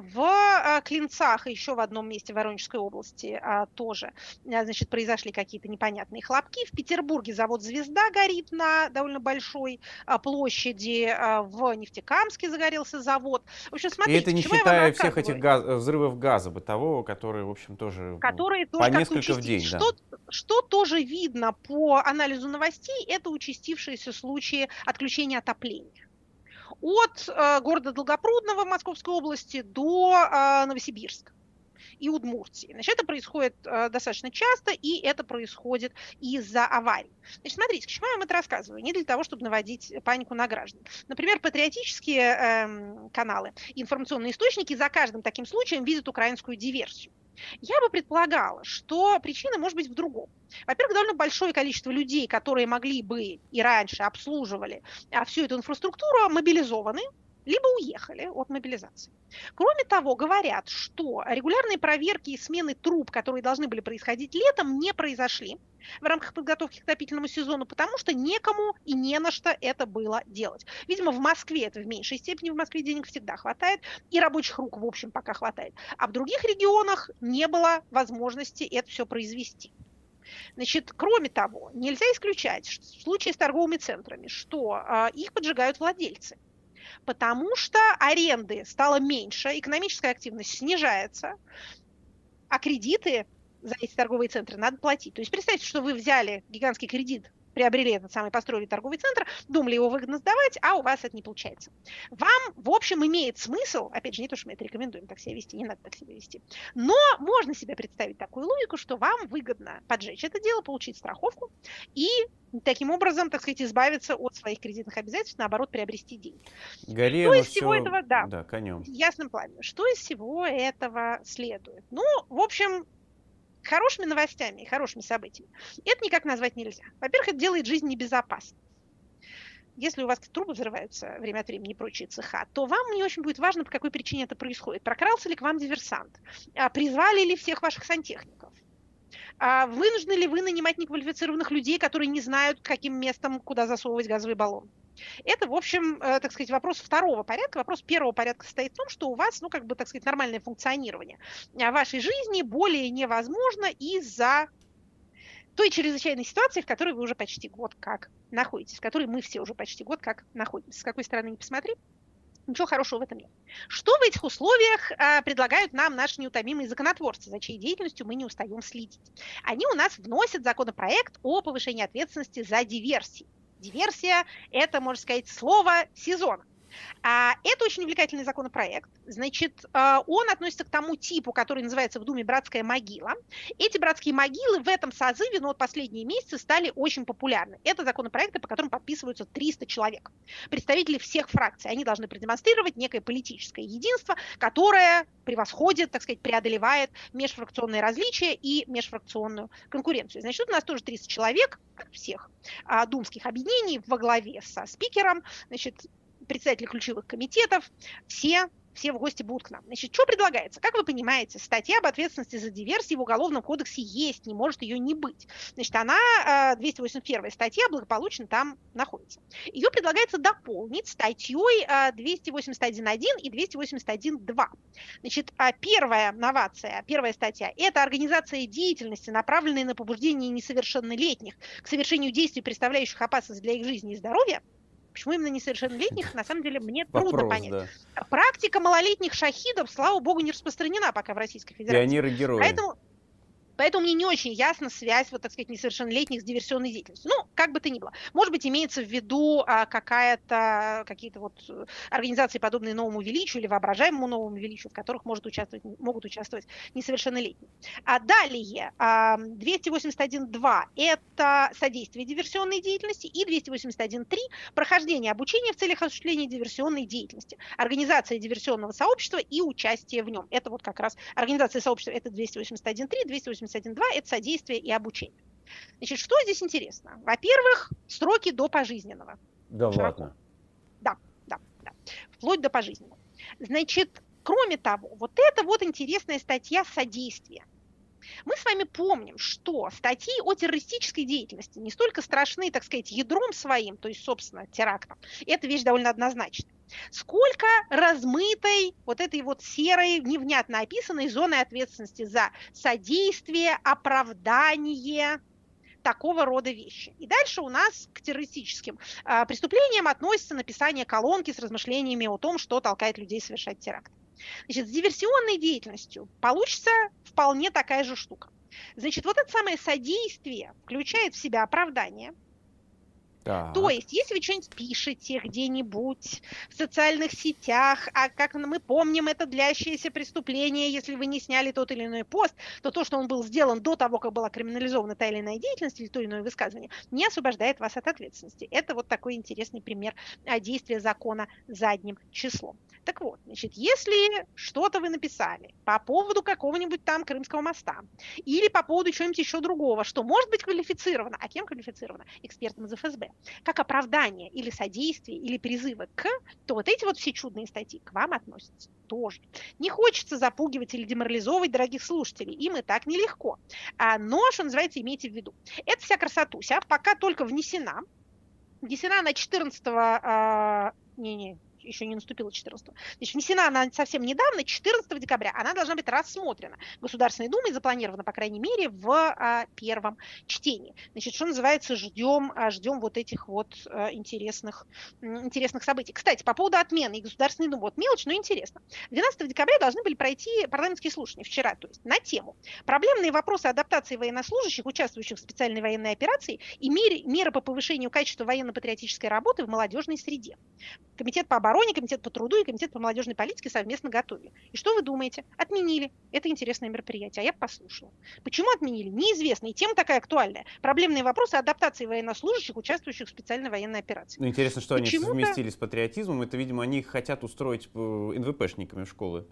в Клинцах, еще в одном месте в Воронежской области тоже, значит, произошли какие-то непонятные хлопки. В Петербурге завод «Звезда» горит на довольно большой площади, в Нефтекамске загорелся завод. В общем, смотрите, и это не считая всех этих газ, взрывов газа бытового, которые, в общем, тоже, которые по тоже несколько в день. Что, да. что тоже видно по анализу новостей, это участившиеся случаи отключения отопления. От э, города Долгопрудного в Московской области до э, Новосибирска и Удмуртии. Значит, это происходит э, достаточно часто, и это происходит из-за аварий. Значит, смотрите, к чему я вам это рассказываю? Не для того, чтобы наводить панику на граждан. Например, патриотические э, каналы, информационные источники за каждым таким случаем видят украинскую диверсию. Я бы предполагала, что причина может быть в другом. Во-первых, довольно большое количество людей, которые могли бы и раньше обслуживали всю эту инфраструктуру, мобилизованы, либо уехали от мобилизации. Кроме того, говорят, что регулярные проверки и смены труб, которые должны были происходить летом, не произошли в рамках подготовки к отопительному сезону, потому что некому и не на что это было делать. Видимо, в Москве это в меньшей степени, в Москве денег всегда хватает, и рабочих рук, в общем, пока хватает. А в других регионах не было возможности это все произвести. Значит, кроме того, нельзя исключать в случае с торговыми центрами, что э, их поджигают владельцы. Потому что аренды стало меньше, экономическая активность снижается, а кредиты за эти торговые центры надо платить. То есть представьте, что вы взяли гигантский кредит, приобрели этот самый, построили торговый центр, думали его выгодно сдавать, а у вас это не получается. Вам, в общем, имеет смысл, опять же, не то, что мы это рекомендуем так себя вести, не надо так себя вести, но можно себе представить такую логику, что вам выгодно поджечь это дело, получить страховку и таким образом, так сказать, избавиться от своих кредитных обязательств, наоборот, приобрести деньги. Горе, что из все... всего этого, да, да, конем. Ясным пламенем. Что из всего этого следует? Ну, в общем, хорошими новостями и хорошими событиями это никак назвать нельзя. Во-первых, это делает жизнь небезопасной. Если у вас трубы взрываются время от времени и прочие цеха, то вам не очень будет важно, по какой причине это происходит. Прокрался ли к вам диверсант? Призвали ли всех ваших сантехников? Вынуждены ли вы нанимать неквалифицированных людей, которые не знают, каким местом, куда засовывать газовый баллон? Это, в общем, так сказать, вопрос второго порядка. Вопрос первого порядка состоит в том, что у вас, ну, как бы, так сказать, нормальное функционирование вашей жизни более невозможно из-за той чрезвычайной ситуации, в которой вы уже почти год как находитесь, в которой мы все уже почти год как находимся. С какой стороны ни посмотри, ничего хорошего в этом нет. Что в этих условиях а, предлагают нам наши неутомимые законотворцы, за чьей деятельностью мы не устаем следить? Они у нас вносят законопроект о повышении ответственности за диверсии. Диверсия – это, можно сказать, слово сезона. Это очень увлекательный законопроект. Значит, он относится к тому типу, который называется в Думе «братская могила». Эти братские могилы в этом созыве, ну вот последние месяцы, стали очень популярны. Это законопроекты, по которым подписываются записываются триста человек. Представители всех фракций. Они должны продемонстрировать некое политическое единство, которое превосходит, так сказать, преодолевает межфракционные различия и межфракционную конкуренцию. Значит, тут у нас тоже триста человек всех а, думских объединений во главе со спикером, значит, председатели ключевых комитетов, все все в гости будут к нам. Значит, что предлагается? Как вы понимаете, статья об ответственности за диверсии в Уголовном кодексе есть, не может ее не быть. Значит, она, двести восемьдесят первая статья, благополучно там находится. Ее предлагается дополнить статьей двести восемьдесят один точка один и двести восемьдесят один точка два. Значит, первая новация, первая статья – это организация деятельности, направленная на побуждение несовершеннолетних к совершению действий, представляющих опасность для их жизни и здоровья. Почему именно несовершеннолетних, на самом деле, мне Вопрос, трудно понять. Да. Практика малолетних шахидов, слава богу, не распространена пока в Российской Федерации. Пионеры-герои. Поэтому, поэтому мне не очень ясна связь, вот, так сказать, несовершеннолетних с диверсионной деятельностью. Ну, как бы то ни было. Может быть, имеется в виду а, какая-то, какие-то вот организации, подобные Новому Величию или воображаемому Новому Величию, в которых может участвовать, могут участвовать несовершеннолетние. А далее, а, двести восемьдесят один точка два – это содействие диверсионной деятельности, и двести восемьдесят один точка три – прохождение обучения в целях осуществления диверсионной деятельности, организация диверсионного сообщества и участие в нем. Это вот как раз организация сообщества – это двести восемьдесят один точка три, двести восемьдесят один точка два – это содействие и обучение. Значит, что здесь интересно? Во-первых, сроки до пожизненного. Да ладно? Да, да, да. Вплоть до пожизненного. Значит, кроме того, вот это вот интересная статья содействия. Мы с вами помним, что статьи о террористической деятельности не столько страшны, так сказать, ядром своим, то есть, собственно, терактом. Это вещь довольно однозначная. Сколько размытой, вот этой вот серой, невнятно описанной зоной ответственности за содействие, оправдание, такого рода вещи. И дальше у нас к террористическим а, преступлениям относится написание колонки с размышлениями о том, что толкает людей совершать теракт. Значит, с диверсионной деятельностью получится вполне такая же штука. Значит, вот это самое содействие включает в себя оправдание. Так. То есть, если вы что-нибудь пишете где-нибудь в социальных сетях, а как мы помним, это длящееся преступление, если вы не сняли тот или иной пост, то то, что он был сделан до того, как была криминализована та или иная деятельность или то или иное высказывание, не освобождает вас от ответственности. Это вот такой интересный пример действия закона задним числом. Так вот, значит, если что-то вы написали по поводу какого-нибудь там Крымского моста или по поводу чего-нибудь еще другого, что может быть квалифицировано, а кем квалифицировано? Экспертом из эф эс бэ, как оправдание или содействие или призывы к, то вот эти вот все чудные статьи к вам относятся тоже. Не хочется запугивать или деморализовывать дорогих слушателей, им и так нелегко. А, но, что называется, имейте в виду. Эта вся красотуся пока только внесена. Внесена на четырнадцатого... А, не-не, еще не наступила четырнадцатого. Значит, внесена она совсем недавно, четырнадцатого декабря. Она должна быть рассмотрена Государственной Думой, запланирована, по крайней мере, в а, первом чтении. Значит, что называется, ждем, а, ждем вот этих вот а, интересных, интересных событий. Кстати, по поводу отмены и Государственной Думы, вот мелочь, но интересно. двенадцатого декабря должны были пройти парламентские слушания вчера, то есть на тему проблемные вопросы адаптации военнослужащих, участвующих в специальной военной операции, и меры, меры по повышению качества военно-патриотической работы в молодежной среде. Комитет по обороне, Комитет по труду и Комитет по молодежной политике совместно готовили. И что вы думаете? Отменили. Это интересное мероприятие, а я послушала. Почему отменили? Неизвестно. И тема такая актуальная. Проблемные вопросы адаптации военнослужащих, участвующих в специальной военной операции. Ну, интересно, что они совместили с патриотизмом. Это, видимо, они хотят устроить эн вэ пэшниками в школы.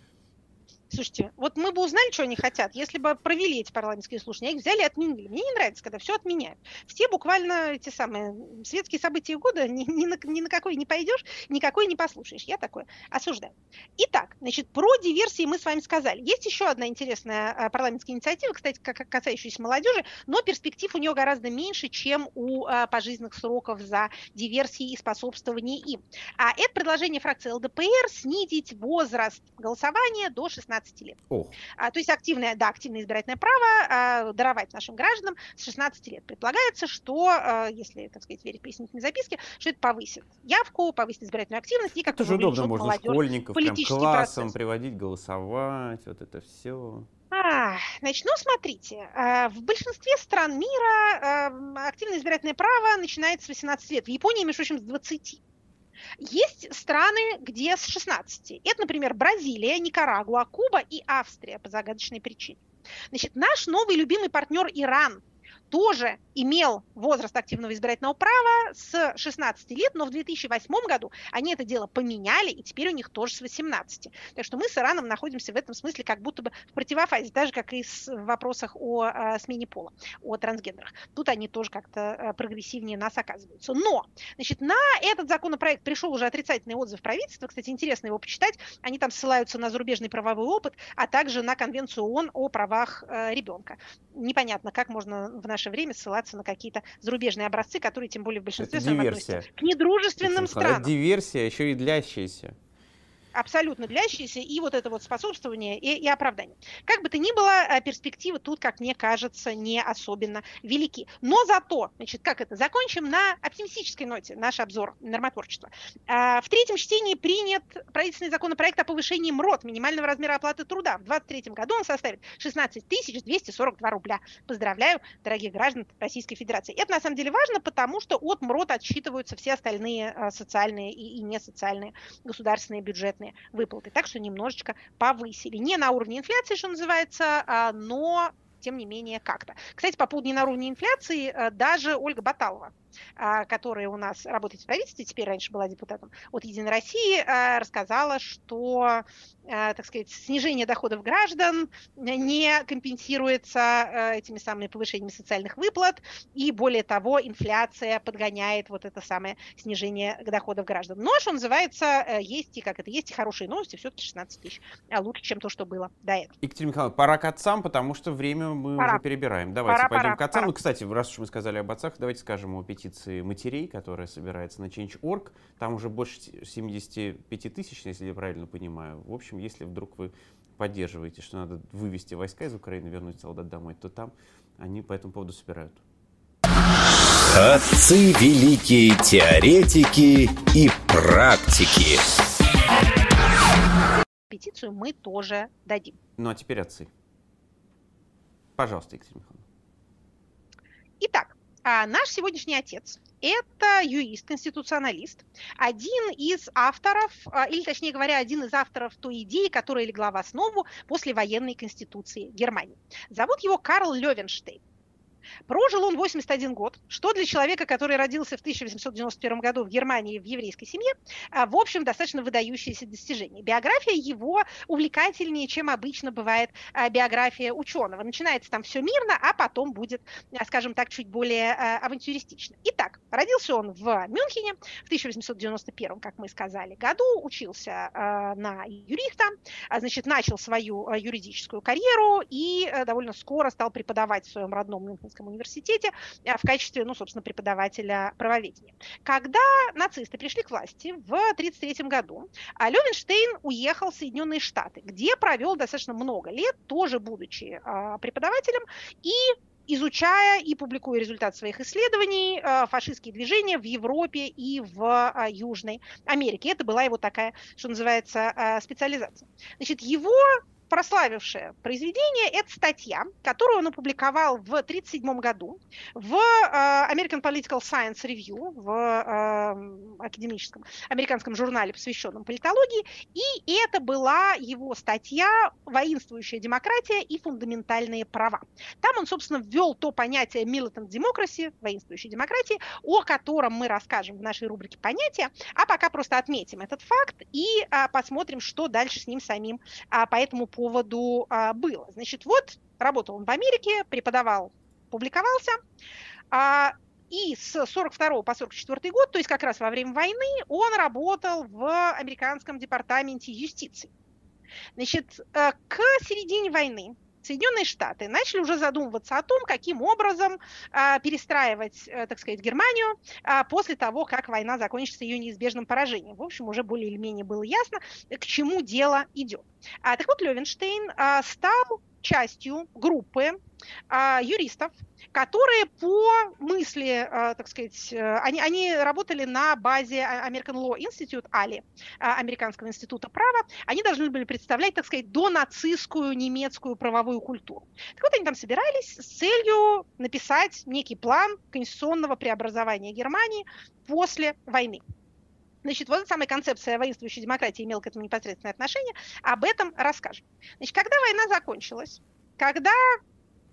Слушайте, вот мы бы узнали, что они хотят, если бы провели эти парламентские слушания, их взяли и отменили. Мне не нравится, когда все отменяют. Все буквально эти самые светские события года ни, ни, на, ни на какой не пойдешь, никакой не послушаешь. Я такое осуждаю. Итак, значит, про диверсии мы с вами сказали. Есть еще одна интересная а, парламентская инициатива, кстати, касающаяся молодежи, но перспектив у нее гораздо меньше, чем у а, пожизненных сроков за диверсии и способствование им. А это предложение фракции эл дэ пэ эр снизить возраст голосования до шестнадцати лет. А, то есть активное, да, активное избирательное право а, даровать нашим гражданам с шестнадцати лет. Предполагается, что, а, если, так сказать, верить пояснительной записке, что это повысит явку, повысит избирательную активность и как-то это же удобно, можно школьников прям классом процесс. Приводить, голосовать, вот это все. А, значит, ну, смотрите, в большинстве стран мира активное избирательное право начинается с восемнадцати лет. В Японии, между прочим, с двадцати. Есть страны, где с шестнадцати. Это, например, Бразилия, Никарагуа, Куба и Австрия по загадочной причине. Значит, наш новый любимый партнер Иран тоже имел возраст активного избирательного права с шестнадцати лет, но в две тысячи восьмом году они это дело поменяли, и теперь у них тоже с восемнадцати. Так что мы с Ираном находимся в этом смысле как будто бы в противофазе, так же, как и в вопросах о а, смене пола, о трансгендерах. Тут они тоже как-то а, прогрессивнее нас оказываются. Но, значит, на этот законопроект пришел уже отрицательный отзыв правительства. Кстати, интересно его почитать. Они там ссылаются на зарубежный правовой опыт, а также на Конвенцию ООН о правах а, ребенка. Непонятно, как можно в наше время ссылаться на какие-то зарубежные образцы, которые, тем более в большинстве своем, относятся к недружественным странам. Это диверсия, еще и длящаяся. Абсолютно длящиеся, и вот это вот способствование и, и оправдание. Как бы то ни было, перспективы тут, как мне кажется, не особенно велики. Но зато, значит, как это, закончим на оптимистической ноте наш обзор нормотворчества. В третьем чтении принят правительственный законопроект о повышении МРОТ, минимального размера оплаты труда. В двадцать третьем году он составит шестнадцать тысяч двести сорок два рубля. Поздравляю, дорогих граждан Российской Федерации. Это на самом деле важно, потому что от МРОТ отсчитываются все остальные социальные и, и несоциальные государственные бюджетные выплаты. Так что немножечко повысили. Не на уровне инфляции, что называется, но тем не менее как-то. Кстати, по поводу не на уровне инфляции, даже Ольга Баталова, которая у нас работает в правительстве, теперь раньше была депутатом от «Единой России», рассказала, что, так сказать, снижение доходов граждан не компенсируется этими самыми повышениями социальных выплат, и более того, инфляция подгоняет вот это самое снижение доходов граждан. Но, что называется, есть и как это, есть и хорошие новости, все-таки шестнадцать тысяч лучше, чем то, что было до этого. Екатерина Михайловна, пора к отцам, потому что время мы пора. уже перебираем. Давайте пора, пойдем пора, к отцам. Пора. Ну, кстати, раз уж мы сказали об отцах, давайте скажем о петиции матерей, которая собирается на Change точка орг. Там уже больше семидесяти пяти тысяч, если я правильно понимаю. В общем, если вдруг вы поддерживаете, что надо вывести войска из Украины, вернуть солдат домой, то там они по этому поводу собирают. Отцы великие теоретики и практики. Петицию мы тоже дадим. Ну а теперь отцы. Пожалуйста, Екатерина Михайловна. Итак, наш сегодняшний отец – это юрист-конституционалист, один из авторов, или точнее говоря, один из авторов той идеи, которая легла в основу послевоенной конституции Германии. Зовут его Карл Левенштейн. Прожил он восемьдесят один год, что для человека, который родился в тысяча восемьсот девяносто первом году в Германии в еврейской семье, в общем, достаточно выдающееся достижение. Биография его увлекательнее, чем обычно бывает биография ученого. Начинается там все мирно, а потом будет, скажем так, чуть более авантюристично. Итак, родился он в Мюнхене в тысяча восемьсот девяносто первом, как мы сказали, году, учился на юриста, значит, начал свою юридическую карьеру и довольно скоро стал преподавать в своем родном Мюнхенском университете в качестве, ну, собственно, преподавателя правоведения. Когда нацисты пришли к власти в тысяча девятьсот тридцать третьем году, Левенштейн уехал в Соединенные Штаты, где провел достаточно много лет, тоже будучи преподавателем и изучая и публикуя результаты своих исследований фашистские движения в Европе и в Южной Америке. Это была его такая, что называется, специализация. Значит, его прославившее произведение – это статья, которую он опубликовал в тысяча девятьсот тридцать седьмом году в American Political Science Review, в академическом американском журнале, посвященном политологии, и это была его статья «Воинствующая демократия и фундаментальные права». Там он, собственно, ввел то понятие militant democracy, воинствующей демократии, о котором мы расскажем в нашей рубрике «Понятия», а пока просто отметим этот факт и посмотрим, что дальше с ним самим по этому поводу поводу а, было. Значит, вот работал он в Америке, преподавал, публиковался, а, и с сорок второго по сорок четвёртый год, то есть как раз во время войны, он работал в американском департаменте юстиции. Значит, а, к середине войны Соединенные Штаты начали уже задумываться о том, каким образом а, перестраивать, а, так сказать, Германию а, после того, как война закончится ее неизбежным поражением. В общем, уже более или менее было ясно, к чему дело идет. А, так вот, Левенштейн а, стал частью группы а, юристов, которые по мысли, а, так сказать, они, они работали на базе American Law Institute, али, Американского института права, они должны были представлять, так сказать, донацистскую немецкую правовую культуру. Так вот, они там собирались с целью написать некий план конституционного преобразования Германии после войны. Значит, вот эта самая концепция воинствующей демократии имела к этому непосредственное отношение, об этом расскажем. Значит, когда война закончилась, когда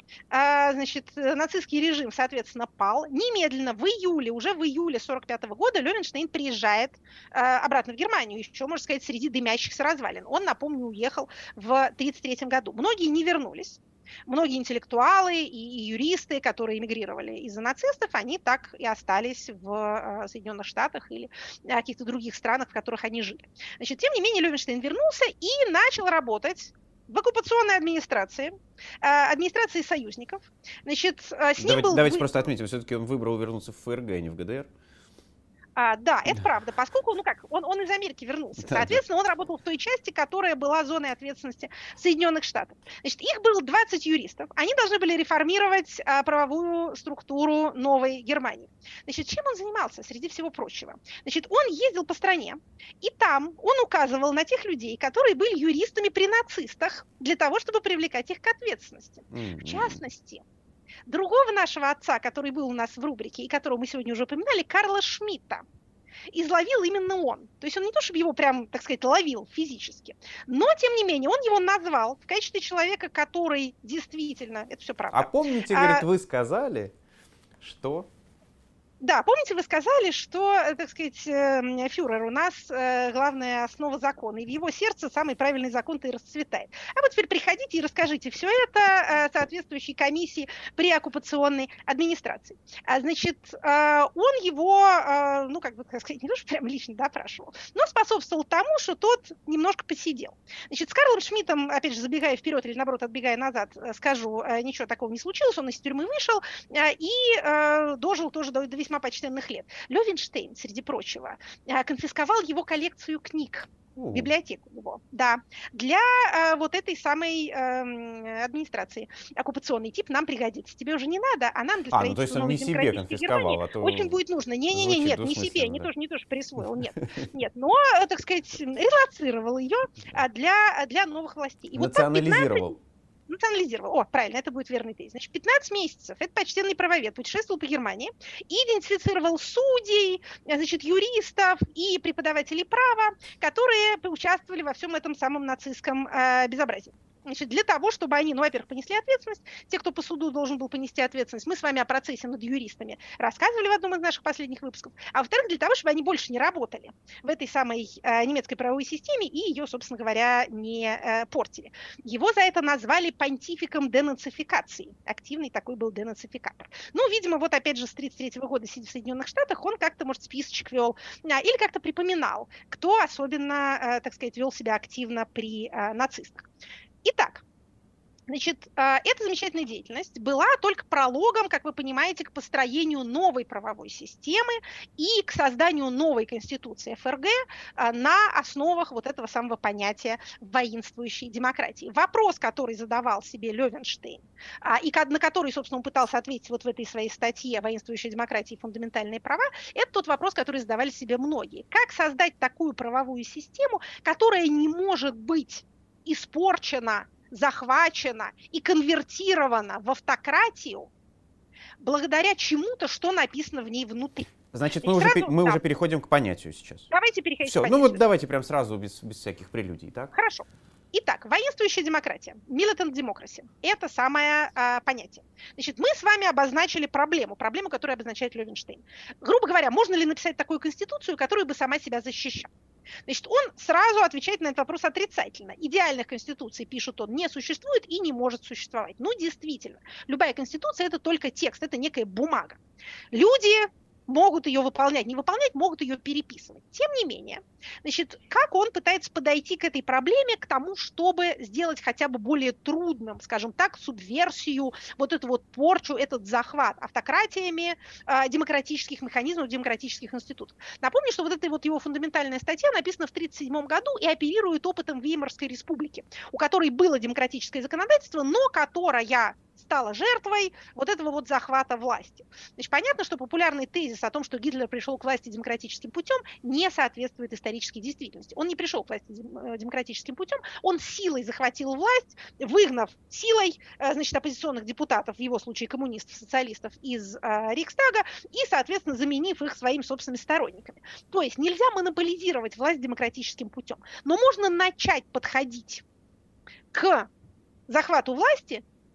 значит, нацистский режим, соответственно, пал. Немедленно, в июле, уже в июле сорок пятого года Левенштейн приезжает обратно в Германию, еще, можно сказать, среди дымящихся развалин. Он, напомню, уехал в тридцать третьем году. Многие не вернулись. Многие интеллектуалы и, и юристы, которые эмигрировали из-за нацистов, они так и остались в э, Соединенных Штатах или в каких-то других странах, в которых они жили. Значит, тем не менее, Левенштейн вернулся и начал работать в оккупационной администрации, э, администрации союзников. Значит, э, с ним давайте был... давайте просто отметим, все-таки он выбрал вернуться в ФРГ, а не в ГДР. А, да, это правда, поскольку, ну как, он, он из Америки вернулся. Да, соответственно, да. Он работал в той части, которая была зоной ответственности Соединенных Штатов. Значит, их было двадцать юристов. Они должны были реформировать а, правовую структуру новой Германии. Значит, чем он занимался, среди всего прочего? Значит, он ездил по стране, и там он указывал на тех людей, которые были юристами при нацистах, для того, чтобы привлекать их к ответственности. Mm-hmm. В частности, другого нашего отца, который был у нас в рубрике, и которого мы сегодня уже упоминали, Карла Шмидта, изловил именно он. То есть он не то, чтобы его прям, так сказать, ловил физически, но, тем не менее, он его назвал в качестве человека, который действительно, это все правда. А помните, а, говорит, вы сказали, что... Да, помните, вы сказали, что, так сказать, фюрер у нас главная основа закона, и в его сердце самый правильный закон-то и расцветает. А вот теперь приходите и расскажите все это соответствующей комиссии при оккупационной администрации. Значит, он его, ну, как бы, так сказать, не то, что прям лично допрашивал, но способствовал тому, что тот немножко посидел. Значит, с Карлом Шмидтом, опять же, забегая вперед или, наоборот, отбегая назад, скажу, ничего такого не случилось, он из тюрьмы вышел и дожил тоже до весьма почтенных лет. Левенштейн, среди прочего, конфисковал его коллекцию книг, uh. библиотеку его, да, для э, вот этой самой э, администрации оккупационной. Тип нам пригодится. Тебе уже не надо, а нам для строительства а, ну, то есть он не себе конфисковал, а то... очень будет нужно. Не-не-не, нет, не себе, не то, не то, что присвоил, нет. Нет, но, так сказать, релацировал ее для, для новых властей. И национализировал. Вот Национализировал. О, правильно, это будет верный тезис. Значит, пятнадцать месяцев этот почтенный правовед путешествовал по Германии и идентифицировал судей, значит, юристов и преподавателей права, которые поучаствовали во всем этом самом нацистском э, безобразии. Значит, для того, чтобы они, ну, во-первых, понесли ответственность, те, кто по суду должен был понести ответственность, мы с вами о процессе над юристами рассказывали в одном из наших последних выпусков, а во-вторых, для того, чтобы они больше не работали в этой самой э, немецкой правовой системе и ее, собственно говоря, не э, портили. Его за это назвали понтификом денацификации. Активный такой был денацификатор. Ну, видимо, вот опять же с тридцать третьего года, сидя в Соединенных Штатах, он как-то, может, списочек вел а, или как-то припоминал, кто особенно, э, так сказать, вел себя активно при э, нацистах. Итак, значит, эта замечательная деятельность была только прологом, как вы понимаете, к построению новой правовой системы и к созданию новой конституции ФРГ на основах вот этого самого понятия воинствующей демократии. Вопрос, который задавал себе Левенштейн, и на который, собственно, он пытался ответить вот в этой своей статье «Воинствующая демократия и фундаментальные права», это тот вопрос, который задавали себе многие. Как создать такую правовую систему, которая не может быть испорчена, захвачена и конвертирована в автократию благодаря чему-то, что написано в ней внутри. Значит, мы, сразу, уже, мы да. уже переходим к понятию сейчас. Давайте переходим Все, к понятию. Ну вот давайте прям сразу, без, без всяких прелюдий, так? Хорошо. Итак, воинствующая демократия, militant democracy, это самое а, понятие. Значит, мы с вами обозначили проблему, проблему, которую обозначает Левенштейн. Грубо говоря, можно ли написать такую конституцию, которая бы сама себя защищала? Значит, он сразу отвечает на этот вопрос отрицательно. Идеальных конституций, пишет он, не существует и не может существовать. Ну, действительно, любая конституция – это только текст, это некая бумага. Люди могут ее выполнять, не выполнять, могут ее переписывать. Тем не менее, значит, как он пытается подойти к этой проблеме, к тому, чтобы сделать хотя бы более трудным, скажем так, субверсию, вот эту вот порчу, этот захват автократиями э, демократических механизмов, демократических институтов. Напомню, что вот эта вот его фундаментальная статья написана в тысяча девятьсот тридцать седьмом году и оперирует опытом Веймарской республики, у которой было демократическое законодательство, но которая стала жертвой вот этого вот захвата власти. Значит, понятно, что популярный тезис о том, что Гитлер пришел к власти демократическим путем, не соответствует исторической действительности. Он не пришел к власти демократическим путем, он силой захватил власть, выгнав силой, значит, оппозиционных депутатов, в его случае коммунистов, социалистов, из э, Рейхстага и, соответственно, заменив их своими собственными сторонниками. То есть нельзя монополизировать власть демократическим путем, но можно начать подходить к захвату власти демократическим путем.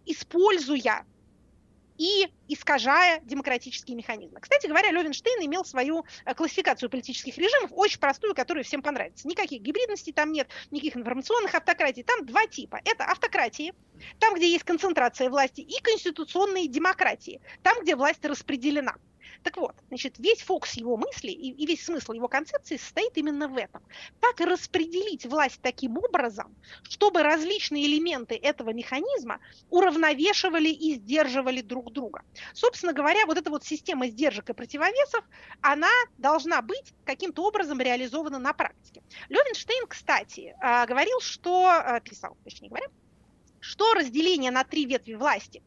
используя и искажая демократические механизмы. Кстати говоря, Левенштейн имел свою классификацию политических режимов, очень простую, которая всем понравится. Никаких гибридностей там нет, никаких информационных автократий. Там два типа. Это автократии, там, где есть концентрация власти, и конституционные демократии, там, где власть распределена. Так вот, значит, весь фокус его мысли и, и весь смысл его концепции состоит именно в этом. Как распределить власть таким образом, чтобы различные элементы этого механизма уравновешивали и сдерживали друг друга. Собственно говоря, вот эта вот система сдержек и противовесов, она должна быть каким-то образом реализована на практике. Левенштейн, кстати, говорил, что, писал, точнее говоря, что разделение на три ветви власти,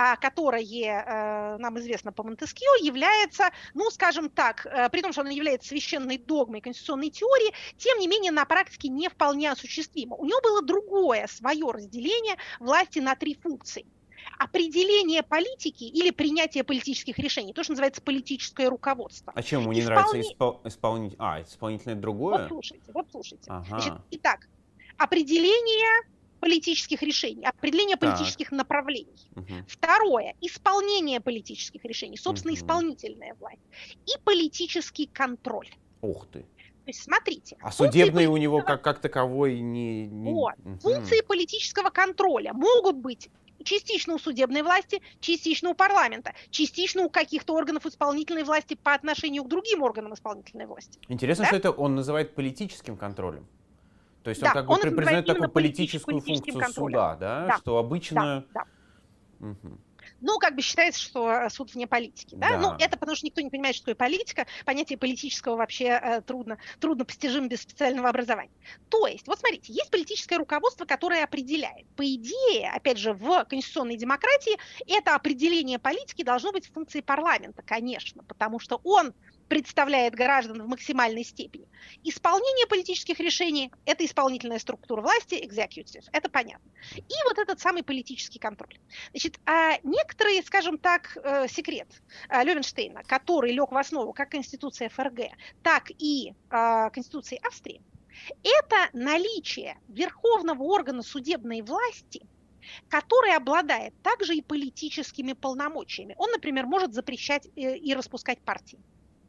которое нам известно по Монтескьё, является, ну, скажем так, при том, что оно является священной догмой конституционной теории, тем не менее на практике не вполне осуществимо. У него было другое свое разделение власти на три функции. Определение политики или принятие политических решений, то, что называется политическое руководство. А чем ему не Исполни... нравится испол... исполнить? А, исполнительное другое? Вот слушайте, вот слушайте. Ага. Значит, итак, определение политических решений, определение Так. политических направлений. Угу. Второе – исполнение политических решений, собственно, Угу. исполнительная власть. И политический контроль. Ух ты. То есть, смотрите. А функции судебный у него политического- как, как таковой не... не... Вот. Мгм. Функции политического контроля могут быть частично у судебной власти, частично у парламента, частично у каких-то органов исполнительной власти по отношению к другим органам исполнительной власти. Интересно, Да? что это он называет политическим контролем. То есть Да, он как бы он это при- называет признает такую именно политическим- политическую политическим функцию контролем. суда, да? Да, Что обычно... Да, да. Мгм. Ну, как бы считается, что суд вне политики, да? Да. Ну, это потому что никто не понимает, что такое политика. Понятие политического вообще э, трудно, трудно постижимо без специального образования. То есть, вот смотрите, есть политическое руководство, которое определяет. По идее, опять же, в конституционной демократии это определение политики должно быть в функции парламента, конечно, потому что он представляет граждан в максимальной степени. Исполнение политических решений – это исполнительная структура власти, executive, это понятно. И вот этот самый политический контроль. Значит, а некоторые, скажем так, э, секрет э, Левенштейна, который лег в основу как Конституции эф эр гэ, так и э, Конституции Австрии, это наличие верховного органа судебной власти, который обладает также и политическими полномочиями. Он, например, может запрещать э, и распускать партии.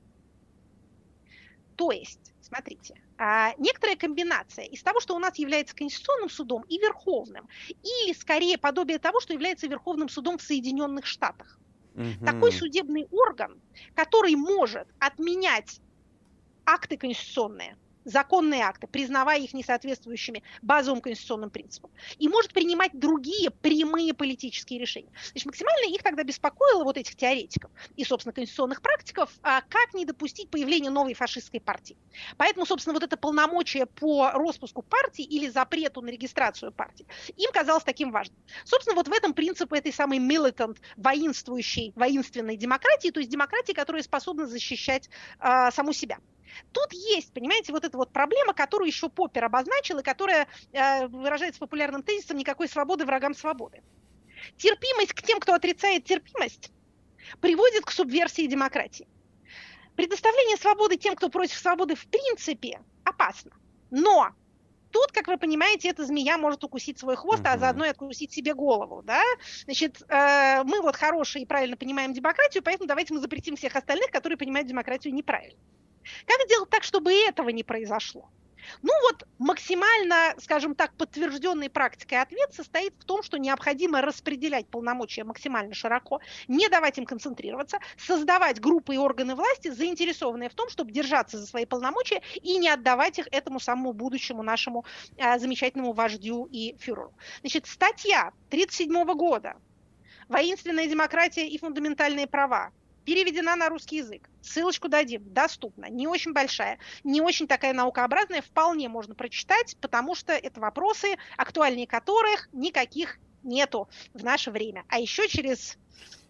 То есть, смотрите, некоторая комбинация из того, что у нас является Конституционным судом и Верховным, или скорее подобие того, что является Верховным судом в Соединенных Штатах. Мгм. Такой судебный орган, который может отменять акты конституционные, законные акты, признавая их несоответствующими базовым конституционным принципам, и может принимать другие прямые политические решения. Значит, максимально их тогда беспокоило, вот этих теоретиков и, собственно, конституционных практиков, а как не допустить появления новой фашистской партии. Поэтому, собственно, вот это полномочие по распуску партии или запрету на регистрацию партии им казалось таким важным. Собственно, вот в этом принцип этой самой militant, воинствующей, воинственной демократии, то есть демократии, которая способна защищать а, саму себя. Тут есть, понимаете, вот эта вот проблема, которую еще Поппер обозначил, и которая э, выражается популярным тезисом «никакой свободы врагам свободы». Терпимость к тем, кто отрицает терпимость, приводит к субверсии демократии. Предоставление свободы тем, кто против свободы, в принципе опасно. Но тут, как вы понимаете, эта змея может укусить свой хвост, Мгм. а заодно и откусить себе голову. Да? Значит, э, мы вот хорошие и правильно понимаем демократию, поэтому давайте мы запретим всех остальных, которые понимают демократию неправильно. Как сделать так, чтобы этого не произошло? Ну вот максимально, скажем так, подтвержденной практикой ответ состоит в том, что необходимо распределять полномочия максимально широко, не давать им концентрироваться, создавать группы и органы власти, заинтересованные в том, чтобы держаться за свои полномочия и не отдавать их этому самому будущему нашему э, замечательному вождю и фюреру. Значит, статья тридцать седьмого года «Воинственная демократия и фундаментальные права» переведена на русский язык. Ссылочку дадим. Доступна. Не очень большая, не очень такая наукообразная. Вполне можно прочитать, потому что это вопросы, актуальнее которых никаких нету в наше время. А еще через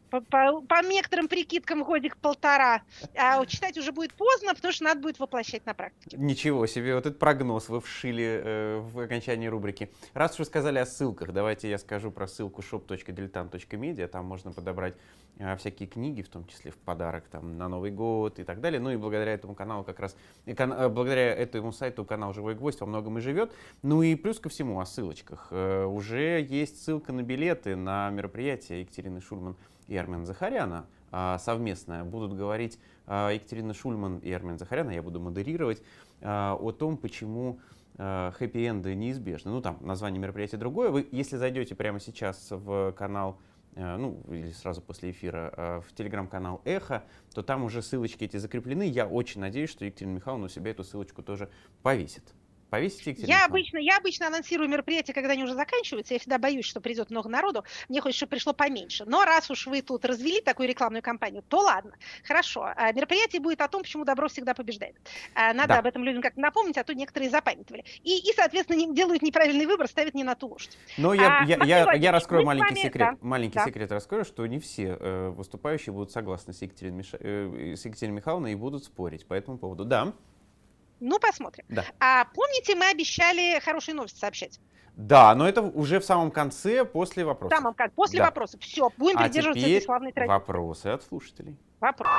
По, по, по некоторым прикидкам годик-полтора. А читать уже будет поздно, потому что надо будет воплощать на практике. Ничего себе, вот этот прогноз вы вшили э, в окончании рубрики. Раз уж вы сказали о ссылках, давайте я скажу про ссылку shop точка diletant точка media. Там можно подобрать э, всякие книги, в том числе в подарок там, на Новый год и так далее. Ну и благодаря этому каналу как раз, и кан, э, благодаря этому сайту канал «Живой гвоздь» во многом и живет. Ну и плюс ко всему о ссылочках. Э, уже есть ссылка на билеты на мероприятие Екатерины Шульман и Армена Захаряна а, совместное. Будут говорить а, Екатерина Шульман и Армен Захарян, а я буду модерировать, а, о том, почему а, хэппи-энды неизбежны. Ну, там название мероприятия другое. Вы, если зайдете прямо сейчас в канал, а, ну, или сразу после эфира, а, в телеграм-канал «Эхо», то там уже ссылочки эти закреплены. Я очень надеюсь, что Екатерина Михайловна у себя эту ссылочку тоже повесит. Повесите, Екатерина Я обычно, я обычно анонсирую мероприятия, когда они уже заканчиваются. Я всегда боюсь, что придет много народу. Мне хочется, чтобы пришло поменьше. Но раз уж вы тут развели такую рекламную кампанию, то ладно. Хорошо. Мероприятие будет о том, почему добро всегда побеждает. Надо да. об этом людям как-то напомнить, а то некоторые запамятовали. И, и соответственно, не, делают неправильный выбор, ставят не на ту лошадь. Но я, а, я, я, я раскрою маленький вами, секрет. Да, маленький да. секрет раскрою, что не все э, выступающие будут согласны с Екатериной, Миша... э, с Екатериной Михайловной и будут спорить по этому поводу. Да. Ну, посмотрим. Да. А помните, мы обещали хорошие новости сообщать? Да, но это уже в самом конце, после вопросов. В самом конце, после да. вопросов. Все, будем а придерживаться теперь этой славной традиции. Вопросы от слушателей. Вопрос.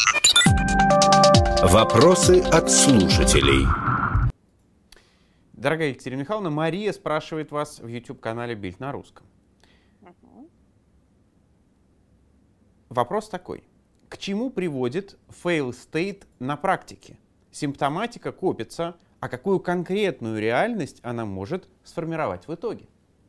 Вопросы от слушателей. Дорогая Екатерина Михайловна, Мария спрашивает вас в YouTube-канале «Бильд на русском». Угу. Вопрос такой. К чему приводит fail state на практике? Симптоматика копится, а какую конкретную реальность она может сформировать в итоге?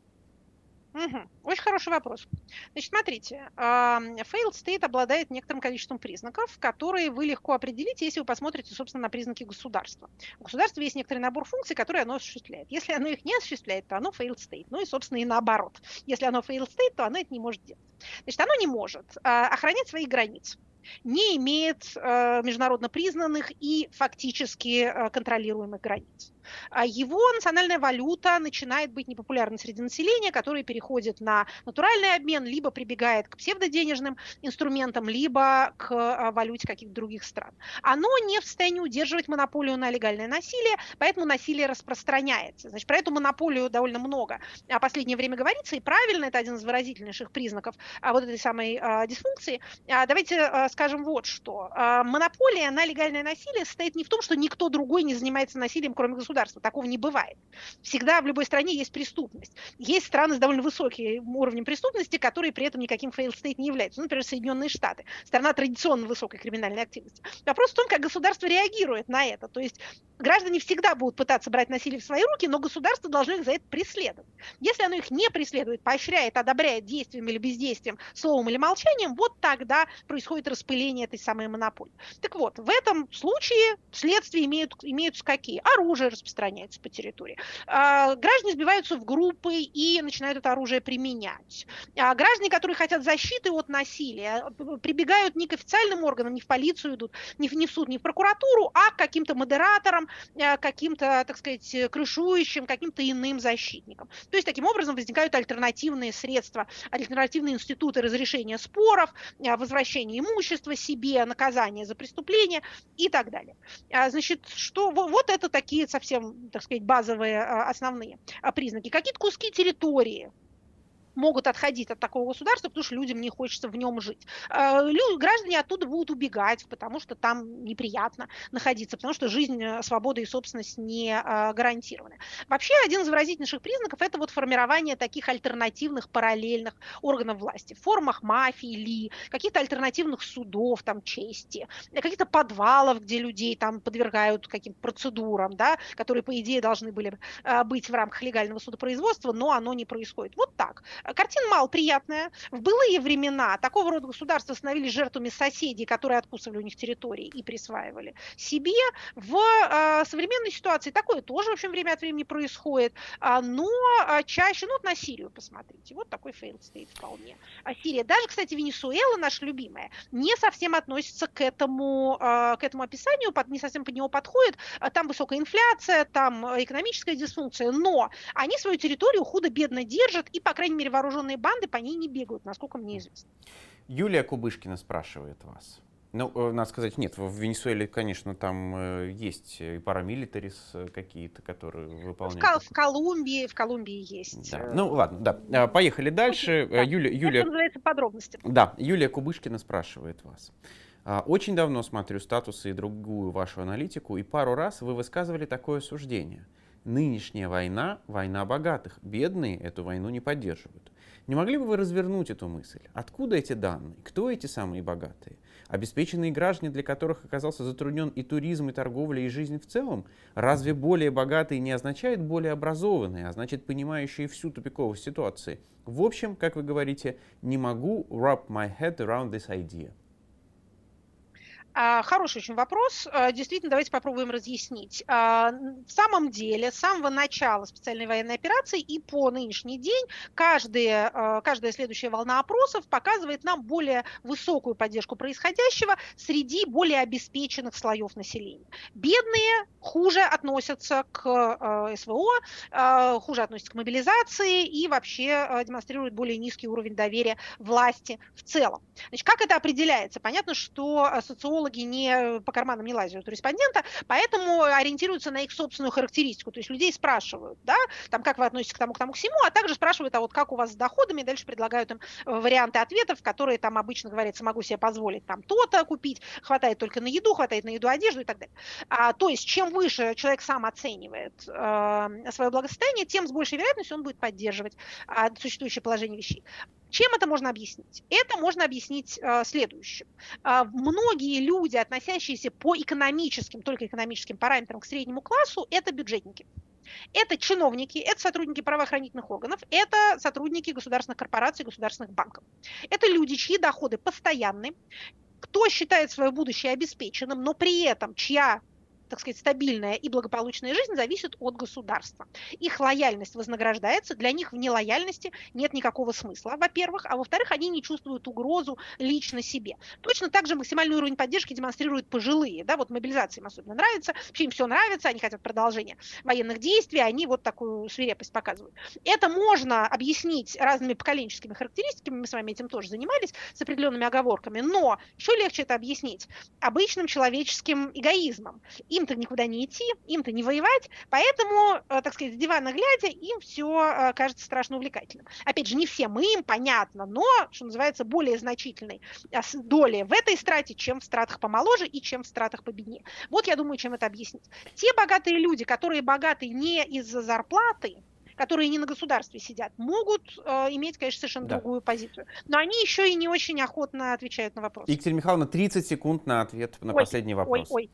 Угу. Очень хороший вопрос. Значит, смотрите, failed state обладает некоторым количеством признаков, которые вы легко определите, если вы посмотрите, собственно, на признаки государства. У государства есть некоторый набор функций, которые оно осуществляет. Если оно их не осуществляет, то оно failed state. Ну и, собственно, и наоборот. Если оно failed state, то оно это не может делать. Значит, оно не может охранять свои границы, не имеет э, международно признанных и фактически э, контролируемых границ. Его национальная валюта начинает быть непопулярной среди населения, которое переходит на натуральный обмен, либо прибегает к псевдоденежным инструментам, либо к валюте каких-то других стран. Оно не в состоянии удерживать монополию на легальное насилие, поэтому насилие распространяется. Значит, про эту монополию довольно много в последнее время говорится, и правильно, это один из выразительнейших признаков вот этой самой дисфункции. Давайте скажем вот что. Монополия на легальное насилие состоит не в том, что никто другой не занимается насилием, кроме государства. Такого не бывает. Всегда в любой стране есть преступность. Есть страны с довольно высоким уровнем преступности, которые при этом никаким failed state не являются. Ну, например, Соединенные Штаты. Страна традиционно высокой криминальной активности. Вопрос в том, как государство реагирует на это. То есть граждане всегда будут пытаться брать насилие в свои руки, но государство должно их за это преследовать. Если оно их не преследует, поощряет, одобряет действием или бездействием, словом или молчанием, вот тогда происходит распыление этой самой монополии. Так вот, в этом случае следствия имеют, имеются какие? Оружие распространяется по территории. Граждане сбиваются в группы и начинают это оружие применять. Граждане, которые хотят защиты от насилия, прибегают не к официальным органам, не в полицию идут, не в, не в суд, не в прокуратуру, а к каким-то модераторам, каким-то, так сказать, крышующим, каким-то иным защитникам. То есть таким образом возникают альтернативные средства, альтернативные институты разрешения споров, возвращения имущества себе, наказания за преступления и так далее. Значит, что вот это такие совсем, так сказать, базовые основные признаки. Какие-то куски территории могут отходить от такого государства, потому что людям не хочется в нем жить. Граждане оттуда будут убегать, потому что там неприятно находиться, потому что жизнь, свобода и собственность не гарантированы. Вообще, один из выразительнейших признаков – это вот формирование таких альтернативных параллельных органов власти в формах мафии, ли, каких-то альтернативных судов, там, чести, каких-то подвалов, где людей там подвергают каким-то процедурам, да, которые, по идее, должны были быть в рамках легального судопроизводства, но оно не происходит. Вот так. Картина малоприятная. В былые времена такого рода государства становились жертвами соседей, которые откусывали у них территории и присваивали себе. В э, современной ситуации такое тоже, в общем, время от времени происходит, а, но а, чаще, ну вот на Сирию посмотрите, вот такой failed state вполне. А Сирия, даже, кстати, Венесуэла, наша любимая, не совсем относится к этому, э, к этому описанию, под, не совсем под него подходит. Там высокая инфляция, там экономическая дисфункция, но они свою территорию худо-бедно держат и, по крайней мере, вооруженные банды по ней не бегают, насколько мне известно. Юлия Кубышкина спрашивает вас. Ну, надо сказать, нет, в Венесуэле, конечно, там э, есть и парамилитарис какие-то, которые выполняют. В, в Колумбии, в Колумбии есть. Да. Ну, ладно, да. Поехали дальше. Да. Юля, Юля... Это называется подробности. Да, Юлия Кубышкина спрашивает вас. Очень давно смотрю статусы и другую вашу аналитику, и пару раз вы высказывали такое суждение. Нынешняя война – война богатых. Бедные эту войну не поддерживают. Не могли бы вы развернуть эту мысль? Откуда эти данные? Кто эти самые богатые? Обеспеченные граждане, для которых оказался затруднен и туризм, и торговля, и жизнь в целом? Разве более богатые не означает более образованные, а значит понимающие всю тупиковость ситуации? В общем, как вы говорите, не могу wrap my head around this idea. Хороший очень вопрос. Действительно, давайте попробуем разъяснить. В самом деле, с самого начала специальной военной операции и по нынешний день каждая, каждая следующая волна опросов показывает нам более высокую поддержку происходящего среди более обеспеченных слоев населения. Бедные хуже относятся к СВО, хуже относятся к мобилизации и вообще демонстрируют более низкий уровень доверия власти в целом. Значит, как это определяется? Понятно, что социологи не по карманам не лазят у респондента, поэтому ориентируются на их собственную характеристику. То есть людей спрашивают, да, там, как вы относитесь к тому, к тому, к всему, а также спрашивают, а вот как у вас с доходами, и дальше предлагают им варианты ответов, которые там обычно говорится, могу себе позволить там то-то купить, хватает только на еду, хватает на еду, одежду и так далее. А, то есть чем выше человек сам оценивает э, свое благосостояние, тем с большей вероятностью он будет поддерживать э, существующее положение вещей. Чем это можно объяснить? Это можно объяснить э, следующим. Э, многие люди, относящиеся по экономическим, только экономическим параметрам к среднему классу, это бюджетники. Это чиновники, это сотрудники правоохранительных органов, это сотрудники государственных корпораций, государственных банков. Это люди, чьи доходы постоянны, кто считает свое будущее обеспеченным, но при этом чья, так сказать, стабильная и благополучная жизнь зависит от государства. Их лояльность вознаграждается, для них в нелояльности нет никакого смысла, во-первых, а во-вторых, они не чувствуют угрозу лично себе. Точно так же максимальный уровень поддержки демонстрируют пожилые, да, вот мобилизация им особенно нравится, вообще им все нравится, они хотят продолжения военных действий, они вот такую свирепость показывают. Это можно объяснить разными поколенческими характеристиками, мы с вами этим тоже занимались, с определенными оговорками, но еще легче это объяснить обычным человеческим эгоизмом. Им-то никуда не идти, им-то не воевать, поэтому, так сказать, с дивана глядя, им все кажется страшно увлекательным. Опять же, не всем им понятно, но, что называется, более значительной доли в этой страте, чем в стратах помоложе и чем в стратах победнее. Вот я думаю, чем это объяснить. Те богатые люди, которые богаты не из-за зарплаты, которые не на государстве сидят, могут э, иметь, конечно, совершенно да. другую позицию. Но они еще и не очень охотно отвечают на вопросы. Екатерина Михайловна, тридцать секунд на ответ на ой, последний вопрос. Ой, ой.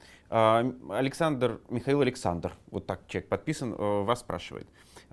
Александр, Михаил Александр, вот так человек подписан, вас спрашивает.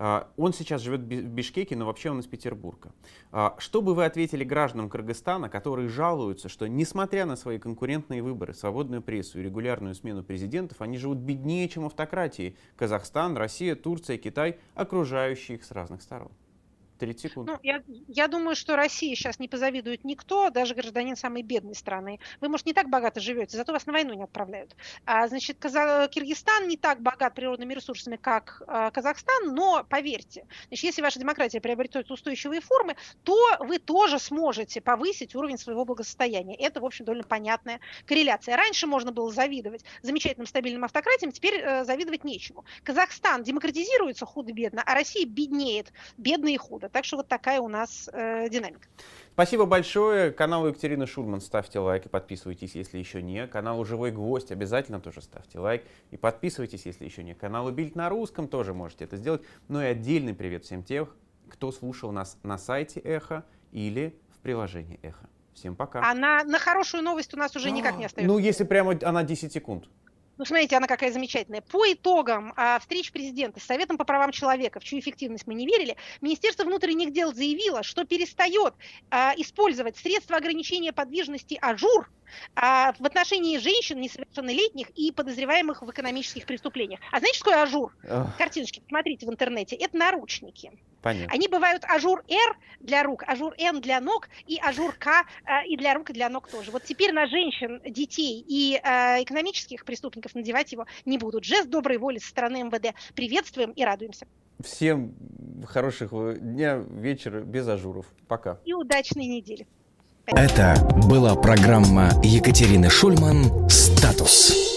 Он сейчас живет в Бишкеке, но вообще он из Петербурга. Что бы вы ответили гражданам Кыргызстана, которые жалуются, что, несмотря на свои конкурентные выборы, свободную прессу и регулярную смену президентов, они живут беднее, чем автократии? Казахстан, Россия, Турция, Китай, окружающие их с разных сторон. тридцать секунд. Ну, я, я думаю, что России сейчас не позавидует никто, даже гражданин самой бедной страны. Вы, может, не так богато живете, зато вас на войну не отправляют. А, значит, Каза... Киргизстан не так богат природными ресурсами, как а, Казахстан, но поверьте, значит, если ваша демократия приобретет устойчивые формы, то вы тоже сможете повысить уровень своего благосостояния. Это, в общем, довольно понятная корреляция. Раньше можно было завидовать замечательным стабильным автократиям, теперь э, завидовать нечему. Казахстан демократизируется худо-бедно, а Россия беднеет, бедно и худо. Так что вот такая у нас э, динамика. Спасибо большое. Каналу Екатерины Шульман ставьте лайк и подписывайтесь, если еще не. Каналу Живой Гвоздь обязательно тоже ставьте лайк и подписывайтесь, если еще не. Каналу Бильд на русском тоже можете это сделать. Ну и отдельный привет всем тем, кто слушал нас на сайте Эхо или в приложении Эхо. Всем пока. А на, на хорошую новость у нас уже никак не остается. Ну, если прямо она десять секунд. Ну, смотрите, она какая замечательная. По итогам а, встреч президента с Советом по правам человека, в чью эффективность мы не верили, Министерство внутренних дел заявило, что перестает а, использовать средства ограничения подвижности ажур а, в отношении женщин несовершеннолетних и подозреваемых в экономических преступлениях. А знаете, что такое ажур? Ох. Картиночки, посмотрите в интернете. Это наручники. Понятно. Они бывают ажур Р для рук, ажур Н для ног и ажур К а, и для рук, и для ног тоже. Вот теперь на женщин, детей и а, экономических преступников надевать его не будут. Жест доброй воли со стороны эм вэ дэ. Приветствуем и радуемся. Всем хороших дня, вечера, без ажуров. Пока. И удачной недели. Это была программа Екатерины Шульман «Статус».